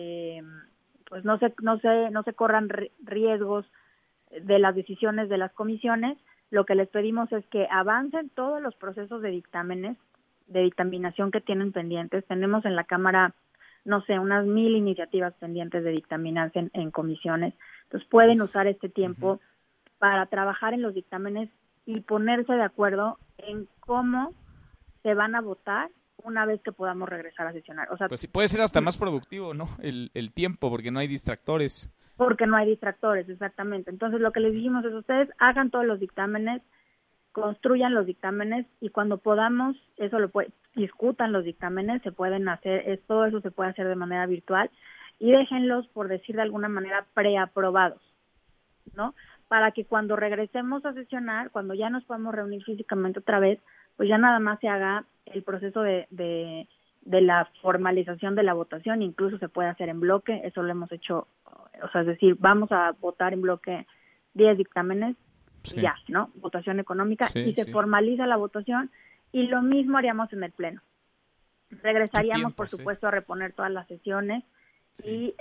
pues no se corran riesgos de las decisiones de las comisiones, lo que les pedimos es que avancen todos los procesos de dictámenes, de dictaminación que tienen pendientes. Tenemos en la Cámara, no sé, unas 1000 iniciativas pendientes de dictaminarse en comisiones. Entonces pueden usar este tiempo para trabajar en los dictámenes y ponerse de acuerdo en cómo se van a votar una vez que podamos regresar a sesionar. O sea, pues sí, puede ser hasta más productivo, ¿no? El tiempo, porque no hay distractores. Porque no hay distractores, exactamente. Entonces, lo que les dijimos es, ustedes hagan todos los dictámenes, construyan los dictámenes, y cuando podamos, discutan los dictámenes, se pueden hacer, todo eso se puede hacer de manera virtual, y déjenlos, por decir de alguna manera, preaprobados, ¿no? Para que cuando regresemos a sesionar, cuando ya nos podamos reunir físicamente otra vez, pues ya nada más se haga el proceso de la formalización de la votación. Incluso se puede hacer en bloque, eso lo hemos hecho, o sea, es decir, vamos a votar en bloque 10 dictámenes, y ya, ¿no? Votación económica, y se formaliza la votación, y lo mismo haríamos en el Pleno. Regresaríamos, por supuesto, a reponer todas las sesiones, y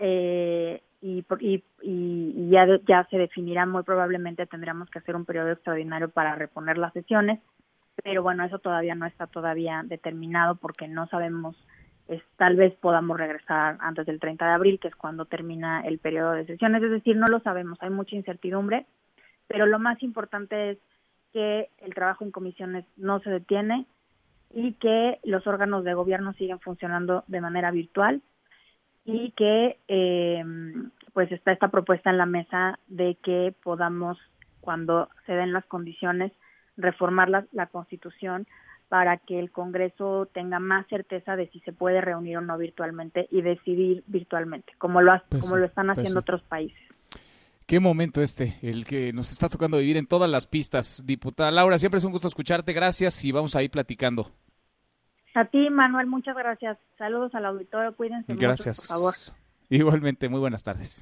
ya se definirá, muy probablemente tendríamos que hacer un periodo extraordinario para reponer las sesiones, pero bueno, eso todavía no está determinado, porque no sabemos, tal vez podamos regresar antes del 30 de abril, que es cuando termina el periodo de sesiones, es decir, no lo sabemos, hay mucha incertidumbre, pero lo más importante es que el trabajo en comisiones no se detiene y que los órganos de gobierno siguen funcionando de manera virtual, y que pues está esta propuesta en la mesa de que podamos, cuando se den las condiciones, reformar la Constitución para que el Congreso tenga más certeza de si se puede reunir o no virtualmente y decidir virtualmente, como lo están haciendo otros países. Qué momento el que nos está tocando vivir en todas las pistas. Diputada Laura, siempre es un gusto escucharte, gracias, y vamos a ir platicando. A ti, Manuel, muchas gracias. Saludos al auditorio, cuídense mucho, por favor. Igualmente, muy buenas tardes.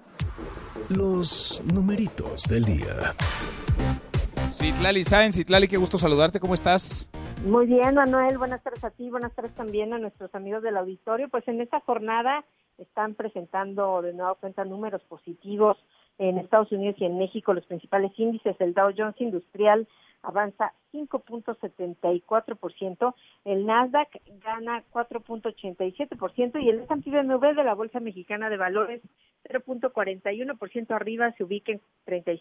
Los numeritos del día. Citlali Sáenz, Citlali, qué gusto saludarte, ¿cómo estás? Muy bien, Manuel, buenas tardes a ti, buenas tardes también a nuestros amigos del auditorio. Pues en esta jornada están presentando de nueva cuenta números positivos en Estados Unidos y en México, los principales índices. El Dow Jones Industrial avanza 5.74%, el Nasdaq gana 4.87% y el S&P B9 de la Bolsa Mexicana de Valores 0.41% arriba, se ubica en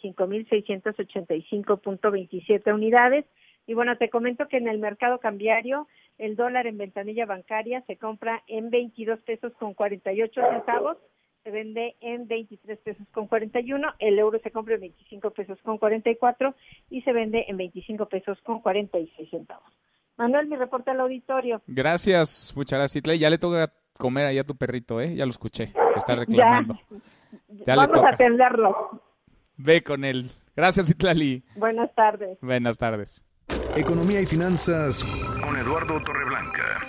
35.685.27 unidades. Y bueno, te comento que en el mercado cambiario el dólar en ventanilla bancaria se compra en 22 pesos con 48 centavos, se vende en 23 pesos con 41, el euro se compra en 25 pesos con 44 y se vende en 25 pesos con 46 centavos. Manuel, mi reporte al auditorio. Gracias, muchas gracias, Citlali. Ya le toca comer ahí a tu perrito, ya lo escuché, que está reclamando. Ya vamos a atenderlo. Ve con él. Gracias, Citlali. Buenas tardes. Buenas tardes. Economía y finanzas con Eduardo Torreblanca.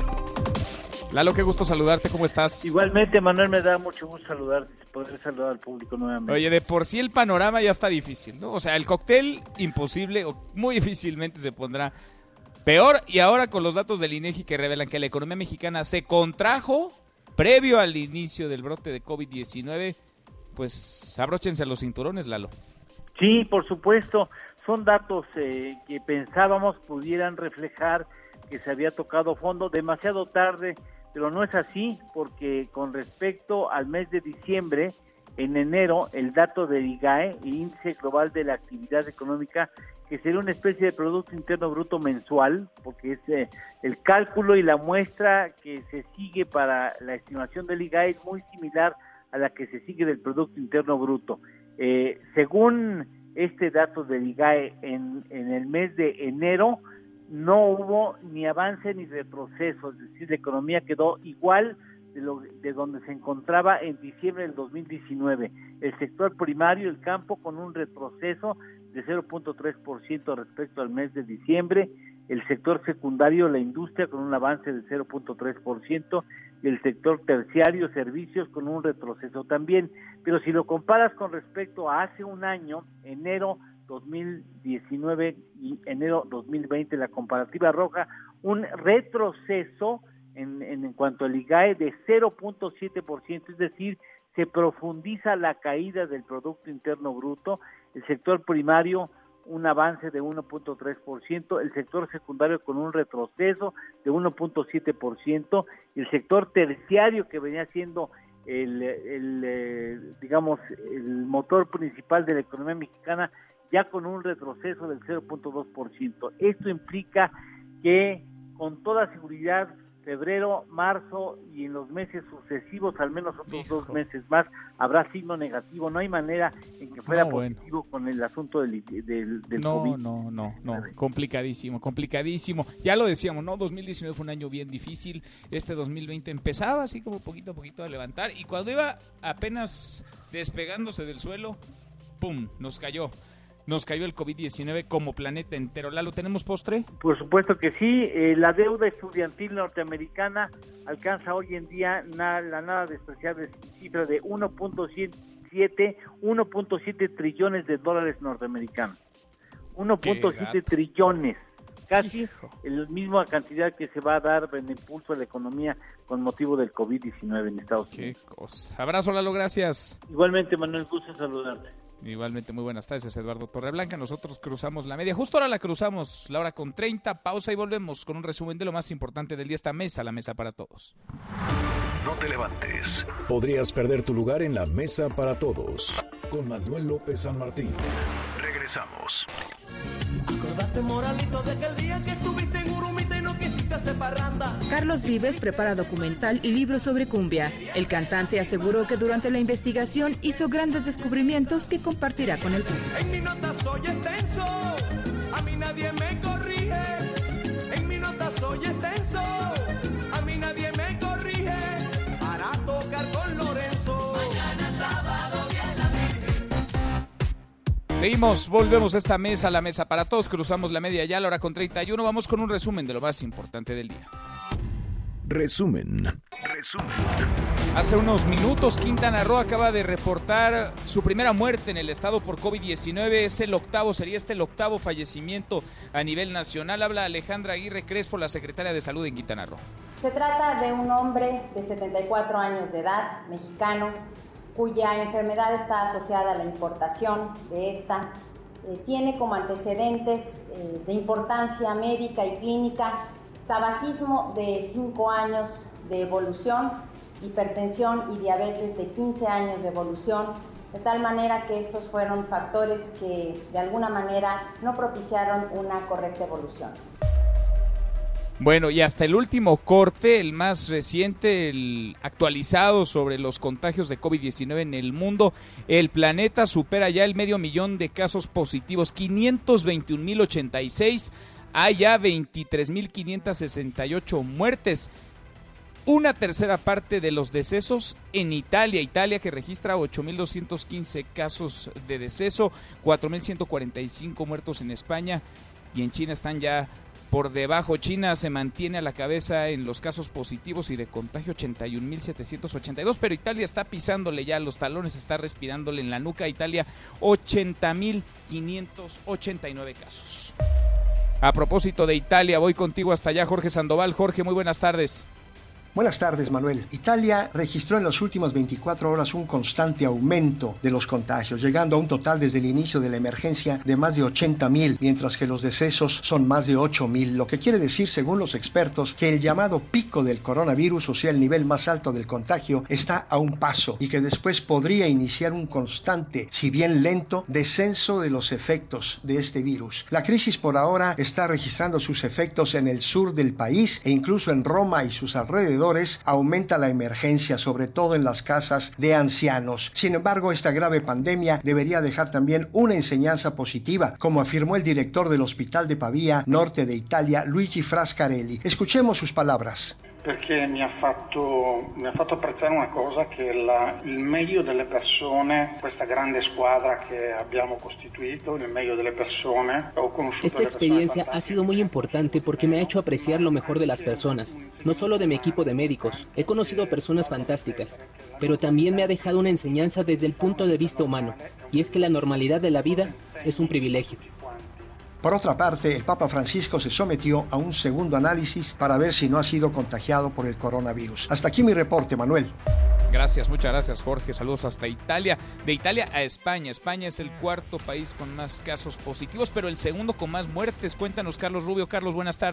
Lalo, qué gusto saludarte, ¿cómo estás? Igualmente, Manuel, me da mucho gusto saludarte, poder saludar al público nuevamente. Oye, de por sí el panorama ya está difícil, ¿no? O sea, el cóctel imposible o muy difícilmente se pondrá peor, y ahora con los datos del INEGI que revelan que la economía mexicana se contrajo previo al inicio del brote de COVID-19, pues abróchense los cinturones, Lalo. Sí, por supuesto, son datos que pensábamos pudieran reflejar que se había tocado fondo demasiado tarde, pero no es así, porque con respecto al mes de diciembre, en enero, el dato del IGAE, el Índice Global de la Actividad Económica, que sería una especie de Producto Interno Bruto mensual, porque es el cálculo y la muestra que se sigue para la estimación del IGAE es muy similar a la que se sigue del Producto Interno Bruto. Según este dato del IGAE, en el mes de enero, no hubo ni avance ni retroceso, es decir, la economía quedó igual de donde se encontraba en diciembre del 2019. El sector primario, el campo, con un retroceso de 0.3% respecto al mes de diciembre, el sector secundario, la industria, con un avance de 0.3%, y el sector terciario, servicios, con un retroceso también. Pero si lo comparas con respecto a hace un año, enero 2019 y enero 2020, la comparativa arroja un retroceso en cuanto al IGAE de 0.7%, es decir, se profundiza la caída del Producto Interno Bruto. El sector primario, un avance de 1.3%, el sector secundario con un retroceso de 1.7%, y el sector terciario, que venía siendo digamos, el motor principal de la economía mexicana, ya con un retroceso del 0.2%. Esto implica que con toda seguridad febrero, marzo y en los meses sucesivos, al menos otros 2 meses más, habrá signo negativo. No hay manera en que fuera positivo con el asunto del COVID. No, complicadísimo. Ya lo decíamos, ¿no? 2019 fue un año bien difícil. Este 2020 empezaba así como poquito a poquito a levantar y cuando iba apenas despegándose del suelo, ¡pum!, nos cayó el COVID-19 como planeta entero. ¿Lalo, tenemos postre? Por supuesto que sí. La deuda estudiantil norteamericana alcanza hoy en día la nada despreciable cifra de 1.7 trillones de dólares norteamericanos. 1.7 trillones. Casi la misma cantidad que se va a dar en impulso a la economía con motivo del COVID-19 en Estados Unidos. Qué cosa. Abrazo, Lalo, gracias. Igualmente, Manuel, gusto saludarte. Igualmente, muy buenas tardes, es Eduardo Torreblanca. Nosotros cruzamos la media, justo ahora la cruzamos, la hora con 30, pausa y volvemos con un resumen de lo más importante del día. Esta mesa, la mesa para todos. No te levantes. Podrías perder tu lugar en la mesa para todos, con Manuel López San Martín. Regresamos. Acordate, moralito, de aquel día que estuviste en Urumita y no quisiste hacer parranda. Carlos Vives prepara documental y libro sobre cumbia. El cantante aseguró que durante la investigación hizo grandes descubrimientos que compartirá con el público. En mi nota soy extenso, a mí nadie me corrige. En mi nota soy extenso, a mí nadie me corrige. Para tocar con Lorenzo. Mañana sábado viene la Virgen. Seguimos, volvemos a esta mesa, la mesa para todos, cruzamos la media ya, la hora con 31, vamos con un resumen de lo más importante del día. Resumen. Hace unos minutos, Quintana Roo acaba de reportar su primera muerte en el estado por COVID-19. Sería el octavo fallecimiento a nivel nacional. Habla Alejandra Aguirre Crespo, la secretaria de Salud en Quintana Roo. Se trata de un hombre de 74 años de edad, mexicano, cuya enfermedad está asociada a la importación de esta. Tiene como antecedentes de importancia médica y clínica tabaquismo de 5 años de evolución, hipertensión y diabetes de 15 años de evolución, de tal manera que estos fueron factores que de alguna manera no propiciaron una correcta evolución. Bueno, y hasta el último corte, el más reciente, el actualizado sobre los contagios de COVID-19 en el mundo, el planeta supera ya el 500,000 de casos positivos, 521,086, hay ya 23,568 muertes. Una tercera parte de los decesos en Italia que registra 8,215 casos de deceso, 4,145 muertos en España, y en China están ya por debajo. China se mantiene a la cabeza en los casos positivos y de contagio, 81,782, pero Italia está pisándole ya los talones, está respirándole en la nuca. Italia, 80,589 casos. A propósito de Italia, voy contigo hasta allá, Jorge Sandoval. Jorge, muy buenas tardes. Buenas tardes, Manuel. Italia registró en las últimas 24 horas un constante aumento de los contagios, llegando a un total desde el inicio de la emergencia de más de 80,000, mientras que los decesos son más de 8,000, lo que quiere decir, según los expertos, que el llamado pico del coronavirus, o sea, el nivel más alto del contagio, está a un paso y que después podría iniciar un constante, si bien lento, descenso de los efectos de este virus. La crisis por ahora está registrando sus efectos en el sur del país e incluso en Roma y sus alrededores aumenta la emergencia, sobre todo en las casas de ancianos. Sin embargo, esta grave pandemia debería dejar también una enseñanza positiva, como afirmó el director del Hospital de Pavia, norte de Italia, Luigi Frascarelli. Escuchemos sus palabras. Perché mi ha fatto apprezzare una cosa, che il meglio delle persone, questa grande squadra che abbiamo costituito, il meglio delle persone, ho conosciuto. Esta experiencia ha sido muy importante porque me ha hecho apreciar lo mejor de las personas, no solo de mi equipo de médicos. He conocido personas fantásticas, pero también me ha dejado una enseñanza desde el punto de vista humano, y es que la normalidad de la vida es un privilegio. Por otra parte, el Papa Francisco se sometió a un segundo análisis para ver si no ha sido contagiado por el coronavirus. Hasta aquí mi reporte, Manuel. Gracias, muchas gracias, Jorge. Saludos hasta Italia. De Italia a España. España es el cuarto país con más casos positivos, pero el segundo con más muertes. Cuéntanos, Carlos Rubio. Carlos, buenas tardes.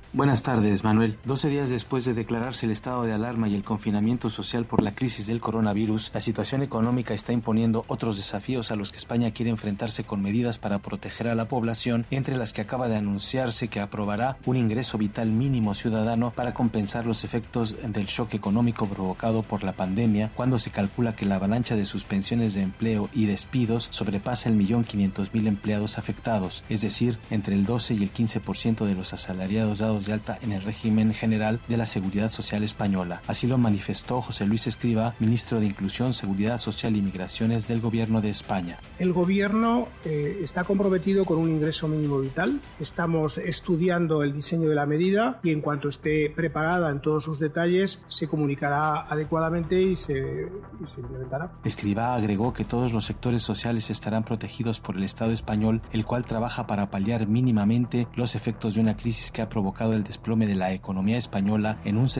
Buenas tardes, Manuel. 12 días después de declararse el estado de alarma y el confinamiento social por la crisis del coronavirus, la situación económica está imponiendo otros desafíos a los que España quiere enfrentarse con medidas para proteger a la población, entre las que acaba de anunciarse que aprobará un ingreso vital mínimo ciudadano para compensar los efectos del shock económico provocado por la pandemia, cuando se calcula que la avalancha de suspensiones de empleo y despidos sobrepasa el 1.500.000 empleados afectados, es decir, entre el 12 y el 15% de los asalariados dados de alta en el régimen general de la Seguridad Social española. Así lo manifestó José Luis Escrivá, ministro de Inclusión, Seguridad Social y Migraciones del Gobierno de España. El Gobierno está comprometido con un ingreso mínimo vital. Estamos estudiando el diseño de la medida y en cuanto esté preparada en todos sus detalles se comunicará adecuadamente y se implementará. Escrivá agregó que todos los sectores sociales estarán protegidos por el Estado español, el cual trabaja para paliar mínimamente los efectos de una crisis que ha provocado el desplome de la economía española en un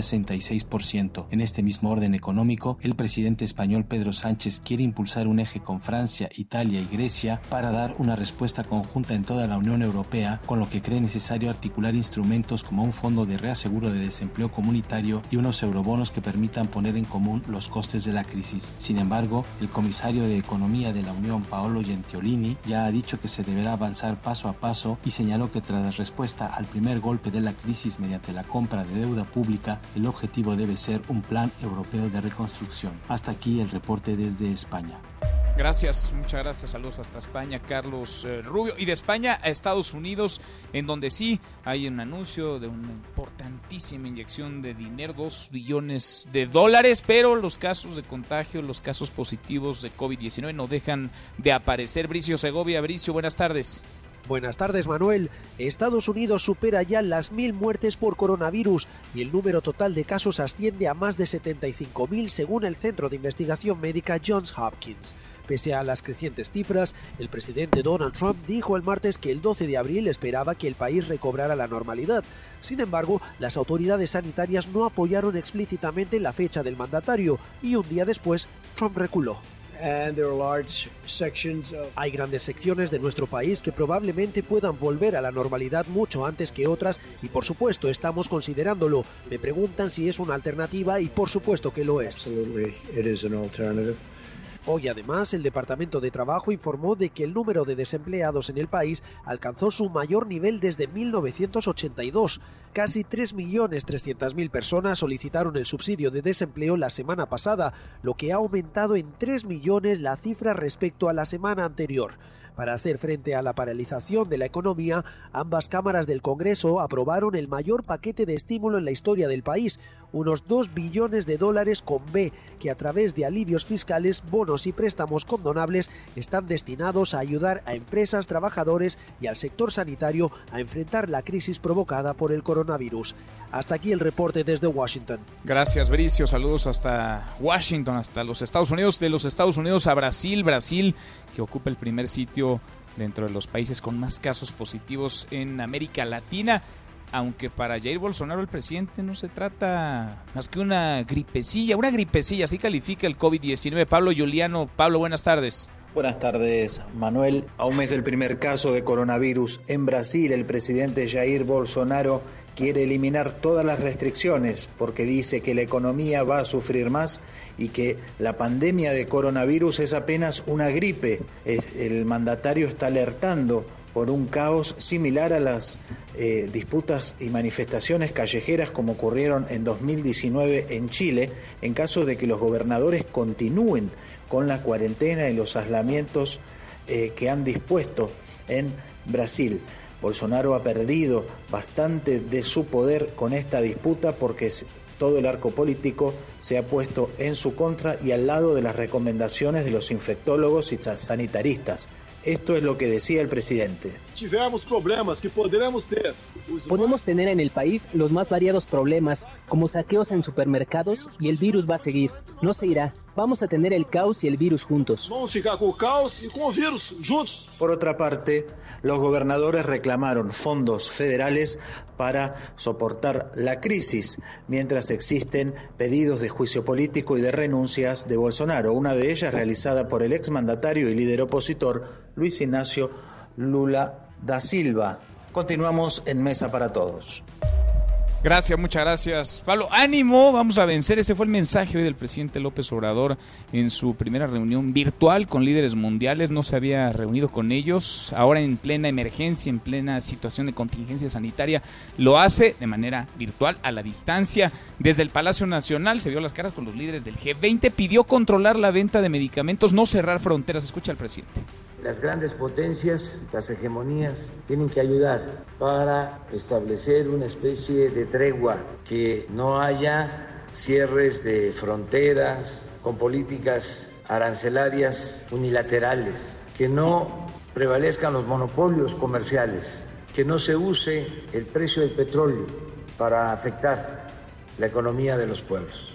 66%. En este mismo orden económico, el presidente español Pedro Sánchez quiere impulsar un eje con Francia, Italia y Grecia para dar una respuesta conjunta en toda la Unión Europea, con lo que cree necesario articular instrumentos como un fondo de reaseguro de desempleo comunitario y unos eurobonos que permitan poner en común los costes de la crisis. Sin embargo, el comisario de Economía de la Unión, Paolo Gentiloni, ya ha dicho que se deberá avanzar paso a paso y señaló que tras respuesta al primer golpe de la crisis mediante la compra de deuda pública, el objetivo debe ser un plan europeo de reconstrucción. Hasta aquí el reporte desde España. Gracias, muchas gracias, saludos hasta España, Carlos Rubio. Y de España a Estados Unidos, en donde sí hay un anuncio de una importantísima inyección de dinero, $2 billones, pero los casos de contagio, los casos positivos de COVID-19 no dejan de aparecer. Bricio Segovia. Bricio, buenas tardes. Buenas tardes, Manuel. Estados Unidos supera ya las 1.000 muertes por coronavirus y el número total de casos asciende a más de 75.000 según el Centro de Investigación Médica Johns Hopkins. Pese a las crecientes cifras, el presidente Donald Trump dijo el martes que el 12 de abril esperaba que el país recobrara la normalidad. Sin embargo, las autoridades sanitarias no apoyaron explícitamente la fecha del mandatario y un día después, Trump reculó. Hay grandes secciones de nuestro país que probablemente puedan volver a la normalidad mucho antes que otras y por supuesto estamos considerándolo. Me preguntan si es una alternativa y por supuesto que lo es. Hoy además el Departamento de Trabajo informó de que el número de desempleados en el país alcanzó su mayor nivel desde 1982. Casi 3.300.000 personas solicitaron el subsidio de desempleo la semana pasada, lo que ha aumentado en 3 millones la cifra respecto a la semana anterior. Para hacer frente a la paralización de la economía, ambas cámaras del Congreso aprobaron el mayor paquete de estímulo en la historia del país, unos $2 billones con B, que a través de alivios fiscales, bonos y préstamos condonables están destinados a ayudar a empresas, trabajadores y al sector sanitario a enfrentar la crisis provocada por el coronavirus. Hasta aquí el reporte desde Washington. Gracias, Bricio. Saludos hasta Washington, hasta los Estados Unidos. De los Estados Unidos a Brasil, que ocupa el primer sitio dentro de los países con más casos positivos en América Latina. Aunque para Jair Bolsonaro, el presidente, no se trata más que una gripecilla, así califica el COVID-19. Pablo Juliano. Pablo, buenas tardes. Buenas tardes, Manuel. A un mes del primer caso de coronavirus en Brasil, el presidente Jair Bolsonaro quiere eliminar todas las restricciones porque dice que la economía va a sufrir más y que la pandemia de coronavirus es apenas una gripe. El mandatario está alertando por un caos similar a las disputas y manifestaciones callejeras como ocurrieron en 2019 en Chile, en caso de que los gobernadores continúen con la cuarentena y los aislamientos que han dispuesto en Brasil. Bolsonaro ha perdido bastante de su poder con esta disputa porque todo el arco político se ha puesto en su contra y al lado de las recomendaciones de los infectólogos y sanitaristas. Esto es lo que decía el presidente. Podemos tener en el país los más variados problemas, como saqueos en supermercados, y el virus va a seguir, no se irá. Vamos a tener el caos y el virus juntos. Por otra parte, los gobernadores reclamaron fondos federales para soportar la crisis, mientras existen pedidos de juicio político y de renuncias de Bolsonaro, una de ellas realizada por el exmandatario y líder opositor Luis Ignacio Lula da Silva. Continuamos en Mesa para Todos. Gracias, muchas gracias, Pablo. ¡Ánimo! Vamos a vencer. Ese fue el mensaje hoy del presidente López Obrador en su primera reunión virtual con líderes mundiales. No se había reunido con ellos. Ahora en plena emergencia, en plena situación de contingencia sanitaria, lo hace de manera virtual, a la distancia. Desde el Palacio Nacional se vio las caras con los líderes del G20. Pidió controlar la venta de medicamentos, no cerrar fronteras. Escucha al presidente. Las grandes potencias, las hegemonías, tienen que ayudar para establecer una especie de tregua, que no haya cierres de fronteras con políticas arancelarias unilaterales, que no prevalezcan los monopolios comerciales, que no se use el precio del petróleo para afectar la economía de los pueblos.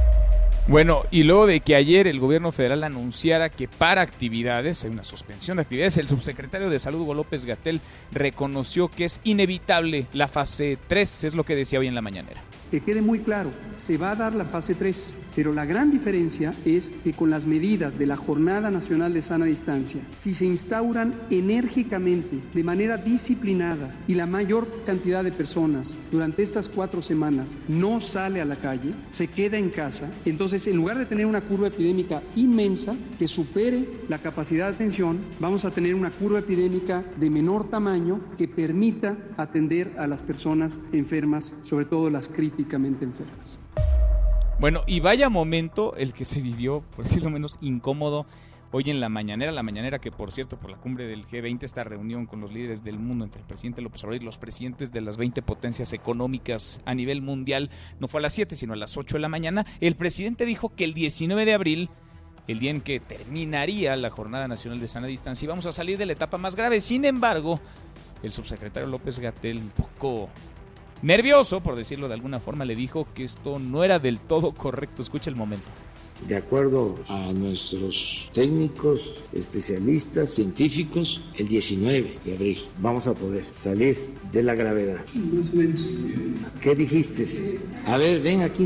Bueno, y luego de que ayer el gobierno federal anunciara que para actividades, hay una suspensión de actividades, el subsecretario de Salud, Hugo López-Gatell, reconoció que es inevitable la fase 3, es lo que decía hoy en la mañanera. Que quede muy claro, se va a dar la fase 3, pero la gran diferencia es que con las medidas de la Jornada Nacional de Sana Distancia, si se instauran enérgicamente, de manera disciplinada, y la mayor cantidad de personas durante estas 4 semanas no sale a la calle, se queda en casa, entonces en lugar de tener una curva epidémica inmensa que supere la capacidad de atención, vamos a tener una curva epidémica de menor tamaño que permita atender a las personas enfermas, sobre todo las críticas enfermas. Bueno, y vaya momento el que se vivió, por decirlo menos, incómodo hoy en la mañanera que, por cierto, por la cumbre del G20, esta reunión con los líderes del mundo entre el presidente López Obrador y los presidentes de las 20 potencias económicas a nivel mundial, no fue a las 7, sino a las 8 de la mañana. El presidente dijo que el 19 de abril, el día en que terminaría la Jornada Nacional de Sana Distancia, íbamos a salir de la etapa más grave. Sin embargo, el subsecretario López-Gatell, un poco nervioso, por decirlo de alguna forma, le dijo que esto no era del todo correcto. Escucha el momento. De acuerdo a nuestros técnicos, especialistas, científicos, el 19 de abril vamos a poder salir de la gravedad. Más o menos. ¿Qué dijiste? A ver, ven aquí.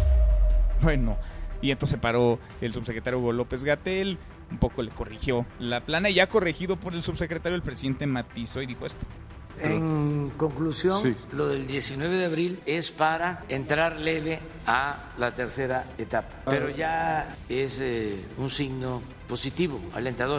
Bueno, y entonces paró el subsecretario Hugo López-Gatell, un poco le corrigió la plana, y ya corregido por el subsecretario, el presidente matizó y dijo esto. En conclusión, sí, lo del 19 de abril es para entrar leve a la tercera etapa, pero ya es un signo positivo, alentador.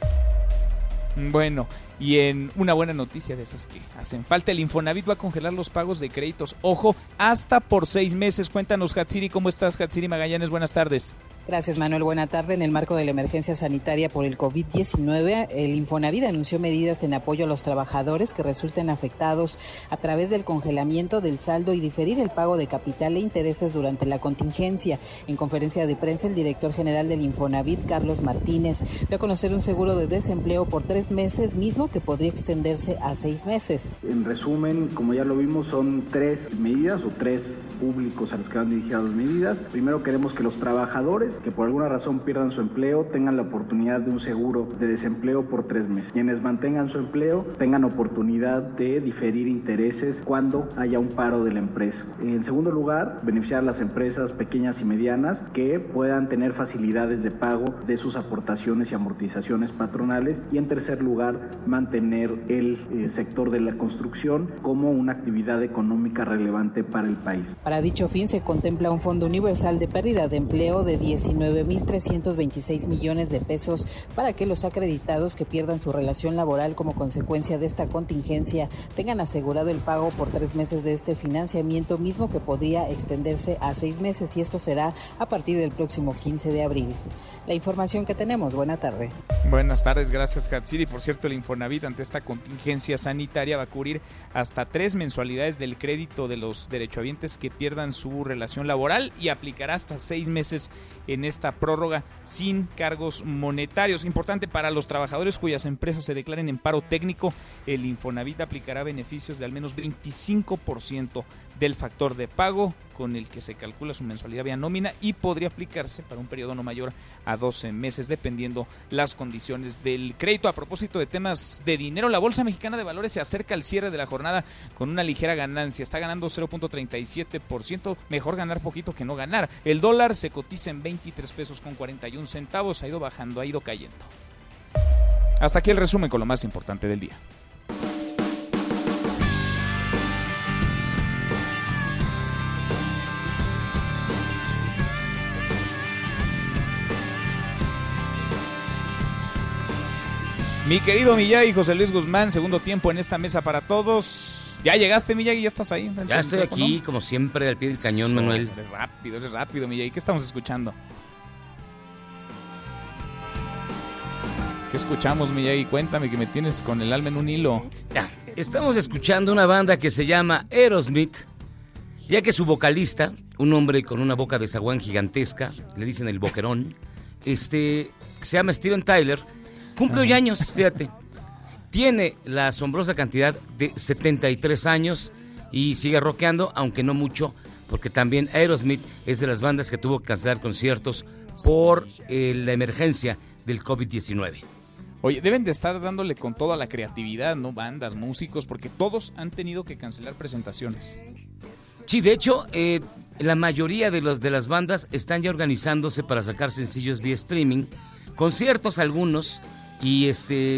Bueno, y en una buena noticia de esas que hacen falta, el Infonavit va a congelar los pagos de créditos, ojo, hasta por 6 meses. Cuéntanos, Hatsiri, ¿cómo estás? Hatsiri Magallanes, buenas tardes. Gracias, Manuel. Buena tarde. En el marco de la emergencia sanitaria por el COVID-19, el Infonavit anunció medidas en apoyo a los trabajadores que resulten afectados a través del congelamiento del saldo y diferir el pago de capital e intereses durante la contingencia. En conferencia de prensa, el director general del Infonavit, Carlos Martínez, dio a conocer un seguro de desempleo por 3 meses, mismo que podría extenderse a 6 meses. En resumen, como ya lo vimos, son 3 medidas o 3 públicos a los que van dirigidas las medidas. Primero, queremos que los trabajadores que por alguna razón pierdan su empleo tengan la oportunidad de un seguro de desempleo por 3 meses. Quienes mantengan su empleo tengan oportunidad de diferir intereses cuando haya un paro de la empresa. En segundo lugar, beneficiar a las empresas pequeñas y medianas que puedan tener facilidades de pago de sus aportaciones y amortizaciones patronales. Y en tercer lugar, mantener el sector de la construcción como una actividad económica relevante para el país. Para dicho fin se contempla un fondo universal de pérdida de empleo de 19.326 millones de pesos para que los acreditados que pierdan su relación laboral como consecuencia de esta contingencia tengan asegurado el pago por 3 meses de este financiamiento, mismo que podría extenderse a 6 meses, y esto será a partir del próximo 15 de abril. La información que tenemos. Buena tarde. Buenas tardes, gracias, Hatsiri. Por cierto, el Infonavit ante esta contingencia sanitaria va a cubrir hasta 3 mensualidades del crédito de los derechohabientes que pierdan su relación laboral y aplicará hasta 6 meses en esta prórroga sin cargos monetarios. Importante para los trabajadores cuyas empresas se declaren en paro técnico, el Infonavit aplicará beneficios de al menos 25% del factor de pago con el que se calcula su mensualidad vía nómina, y podría aplicarse para un periodo no mayor a 12 meses, dependiendo las condiciones del crédito. A propósito de temas de dinero, la Bolsa Mexicana de Valores se acerca al cierre de la jornada con una ligera ganancia. Está ganando 0.37%, mejor ganar poquito que no ganar. El dólar se cotiza en 23 pesos con 41 centavos, ha ido bajando, ha ido cayendo. Hasta aquí el resumen con lo más importante del día. Mi querido Miyagi, José Luis Guzmán, segundo tiempo en esta mesa para todos. ¿Ya llegaste, Miyagi? ¿Ya estás ahí? Ya estoy aquí, como siempre, al pie del cañón, Manuel. Eres rápido, Miyagi. ¿Qué estamos escuchando? ¿Qué escuchamos, Miyagi? Cuéntame, que me tienes con el alma en un hilo. Ya, estamos escuchando una banda que se llama Aerosmith, ya que su vocalista, un hombre con una boca de zaguán gigantesca, le dicen el boquerón, se llama Steven Tyler, cumple hoy años, fíjate. Tiene la asombrosa cantidad de 73 años y sigue rockeando, aunque no mucho, porque también Aerosmith es de las bandas que tuvo que cancelar conciertos por la emergencia del COVID-19. Oye, deben de estar dándole con toda la creatividad, ¿no? Bandas, músicos, porque todos han tenido que cancelar presentaciones. Sí, de hecho, la mayoría de las bandas están ya organizándose para sacar sencillos vía streaming, conciertos algunos, y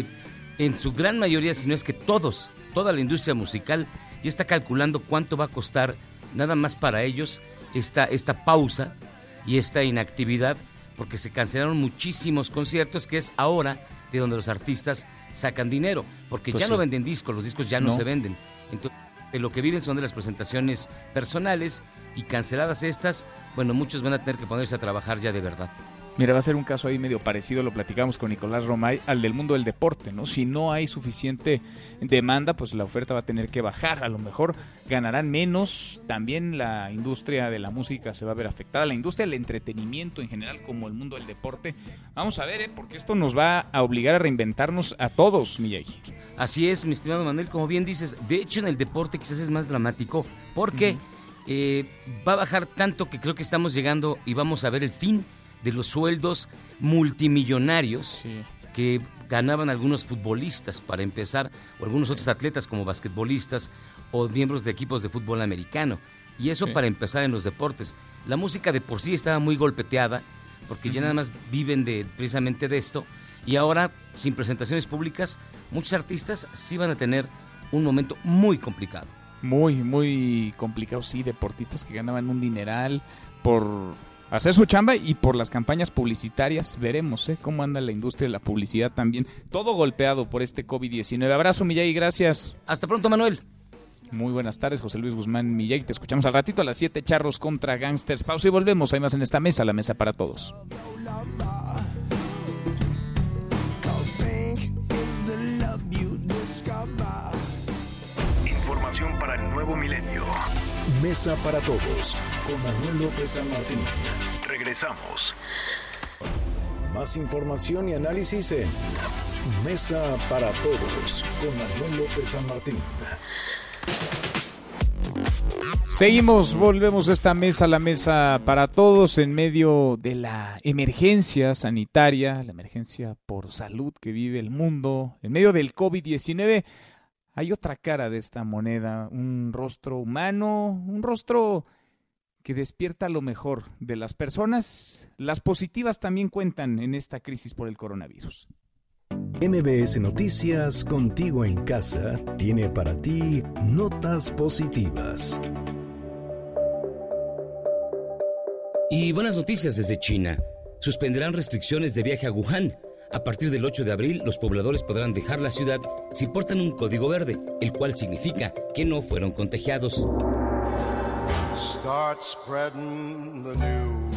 en su gran mayoría, si no es que toda la industria musical ya está calculando cuánto va a costar nada más para ellos esta pausa y esta inactividad, porque se cancelaron muchísimos conciertos, que es ahora de donde los artistas sacan dinero, porque pues ya no venden discos, los discos ya no se venden. Entonces, de lo que viven son de las presentaciones personales, y canceladas estas, bueno, muchos van a tener que ponerse a trabajar ya de verdad. Mira, va a ser un caso ahí medio parecido, lo platicamos con Nicolás Romay, al del mundo del deporte, ¿no? Si no hay suficiente demanda, pues la oferta va a tener que bajar, a lo mejor ganarán menos, también la industria de la música se va a ver afectada, la industria del entretenimiento en general, como el mundo del deporte. Vamos a ver, porque esto nos va a obligar a reinventarnos a todos, Miyagi. Así es, mi estimado Manuel, como bien dices, de hecho en el deporte quizás es más dramático, porque va a bajar tanto que creo que estamos llegando y vamos a ver el fin de los sueldos multimillonarios que ganaban algunos futbolistas, para empezar, o algunos otros atletas como basquetbolistas o miembros de equipos de fútbol americano. Y eso para empezar en los deportes. La música de por sí estaba muy golpeteada, porque ya nada más viven precisamente de esto, y ahora, sin presentaciones públicas, muchos artistas sí van a tener un momento muy complicado. Muy, muy complicado, sí, deportistas que ganaban un dineral por hacer su chamba y por las campañas publicitarias. Veremos cómo anda la industria de la publicidad también. Todo golpeado por este COVID-19. Abrazo, Miyagi, gracias. Hasta pronto, Manuel. Muy buenas tardes, José Luis Guzmán, Miyagi. Te escuchamos al ratito a las 7, Charros contra Gangsters. Pausa y volvemos. Hay más en esta mesa, la mesa para todos. Información para el nuevo milenio. Mesa para todos, con Manuel López San Martín. Regresamos. Más información y análisis en Mesa para todos, con Manuel López San Martín. Seguimos, volvemos a esta mesa, la mesa para todos, en medio de la emergencia sanitaria, la emergencia por salud que vive el mundo, en medio del COVID-19. Hay otra cara de esta moneda, un rostro humano, un rostro que despierta lo mejor de las personas. Las positivas también cuentan en esta crisis por el coronavirus. MBS Noticias, contigo en casa, tiene para ti notas positivas. Y buenas noticias desde China. Suspenderán restricciones de viaje a Wuhan. A partir del 8 de abril, los pobladores podrán dejar la ciudad si portan un código verde, el cual significa que no fueron contagiados. Start spreading the news.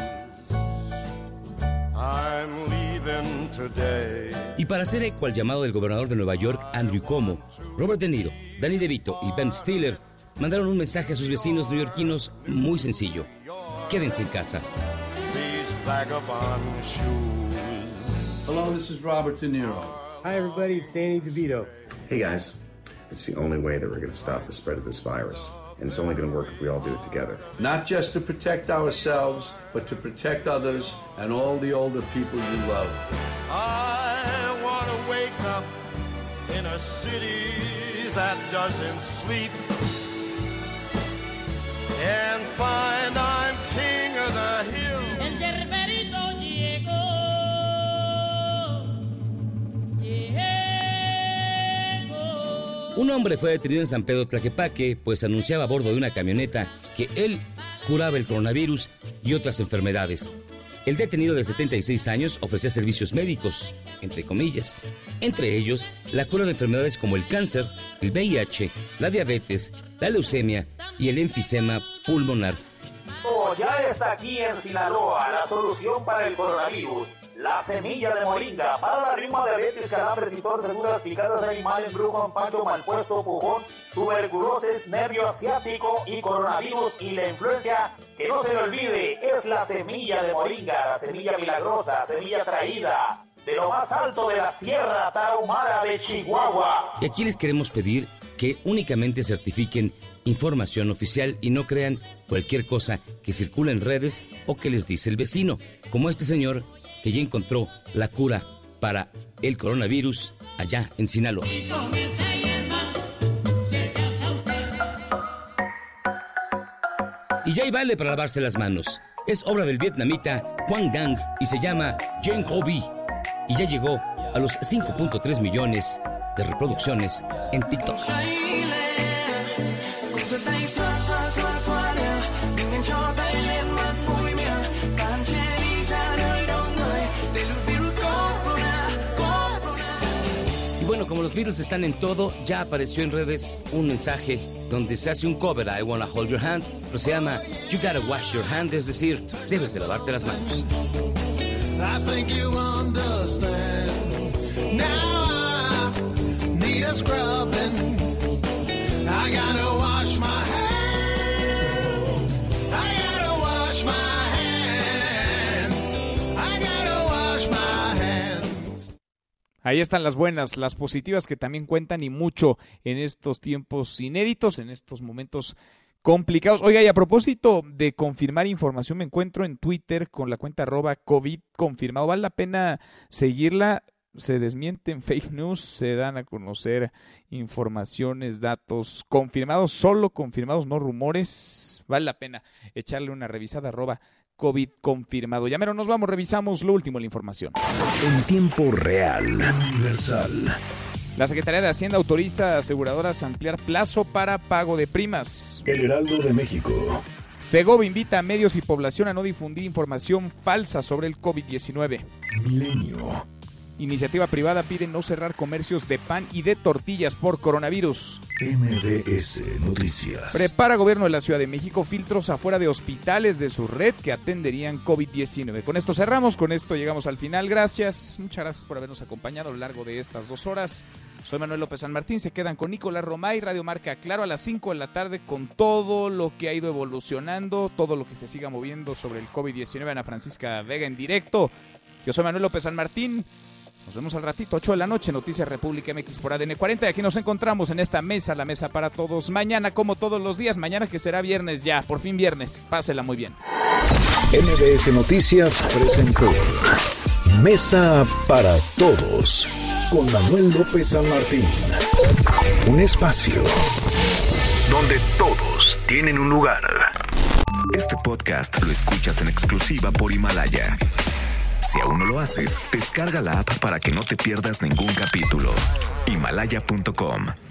I'm leaving today. Y para hacer eco al llamado del gobernador de Nueva York, Andrew Cuomo, Robert De Niro, Danny DeVito y Ben Stiller mandaron un mensaje a sus vecinos neoyorquinos muy sencillo: quédense en casa. These vagabond shoes. Hello, this is Robert De Niro. Hi, everybody. It's Danny DeVito. Hey, guys. It's the only way that we're going to stop the spread of this virus. And it's only going to work if we all do it together. Not just to protect ourselves, but to protect others and all the older people you love. I want to wake up in a city that doesn't sleep and find I'm king of the hill. El yerberito llegó. Un hombre fue detenido en San Pedro Tlaquepaque, pues anunciaba a bordo de una camioneta que él curaba el coronavirus y otras enfermedades. El detenido de 76 años ofrecía servicios médicos, entre comillas, entre ellos la cura de enfermedades como el cáncer, el VIH, la diabetes, la leucemia y el enfisema pulmonar. Ya está aquí en Sinaloa la solución para el coronavirus. La semilla de moringa para la rima, diabetes, calambres y torceduras, picadas de animal, embrujo, empacho, mal puesto, pujón, tuberculosis, nervio asiático y coronavirus y la influencia. Que no se le olvide, es la semilla de moringa, la semilla milagrosa, semilla traída de lo más alto de la Sierra Tarahumara de Chihuahua. Y aquí les queremos pedir que únicamente certifiquen información oficial y no crean cualquier cosa que circula en redes o que les dice el vecino, como este señor que ya encontró la cura para el coronavirus allá en Sinaloa. Y ya hay vale para lavarse las manos. Es obra del vietnamita Quang Dang y se llama Jen Ho Vi. Y ya llegó a los 5.3 millones de reproducciones en TikTok. Y bueno, como los Beatles están en todo, ya apareció en redes un mensaje donde se hace un cover a I Wanna Hold Your Hand, pero se llama You Gotta Wash Your Hand, es decir, debes de lavarte las manos. I think you understand. Now I need a scrubbing. I gotta wash my hands. I gotta wash my hands. I gotta wash my hands. Ahí están las buenas, las positivas que también cuentan y mucho en estos tiempos inéditos, en estos momentos complicados. Oiga, y a propósito de confirmar información, me encuentro en Twitter con la cuenta @COVID confirmado. Vale la pena seguirla. Se desmienten fake news, se dan a conocer informaciones, datos confirmados, solo confirmados, no rumores. Vale la pena echarle una revisada @COVID confirmado. Ya mero nos vamos, revisamos lo último de la información. En tiempo real, universal. La Secretaría de Hacienda autoriza a aseguradoras a ampliar plazo para pago de primas. El Heraldo de México. Segov invita a medios y población a no difundir información falsa sobre el COVID-19. Milenio. Iniciativa privada pide no cerrar comercios de pan y de tortillas por coronavirus. MBS Noticias. Prepara Gobierno de la Ciudad de México filtros afuera de hospitales de su red que atenderían COVID-19. Con esto cerramos, con esto llegamos al final. Gracias, muchas gracias por habernos acompañado a lo largo de estas 2 horas. Soy Manuel López San Martín, se quedan con Nicolás Romay, Radio Marca Claro a las 5 de la tarde con todo lo que ha ido evolucionando, todo lo que se siga moviendo sobre el COVID-19. Ana Francisca Vega en directo. Yo soy Manuel López San Martín. Nos vemos al ratito, 8 de la noche, Noticias República MX por ADN 40. Y aquí nos encontramos en esta mesa, la mesa para todos. Mañana, como todos los días, mañana que será viernes ya, por fin viernes. Pásela muy bien. MBS Noticias presentó Mesa para Todos con Manuel López San Martín. Un espacio donde todos tienen un lugar. Este podcast lo escuchas en exclusiva por Himalaya. Si aún no lo haces, descarga la app para que no te pierdas ningún capítulo. Himalaya.com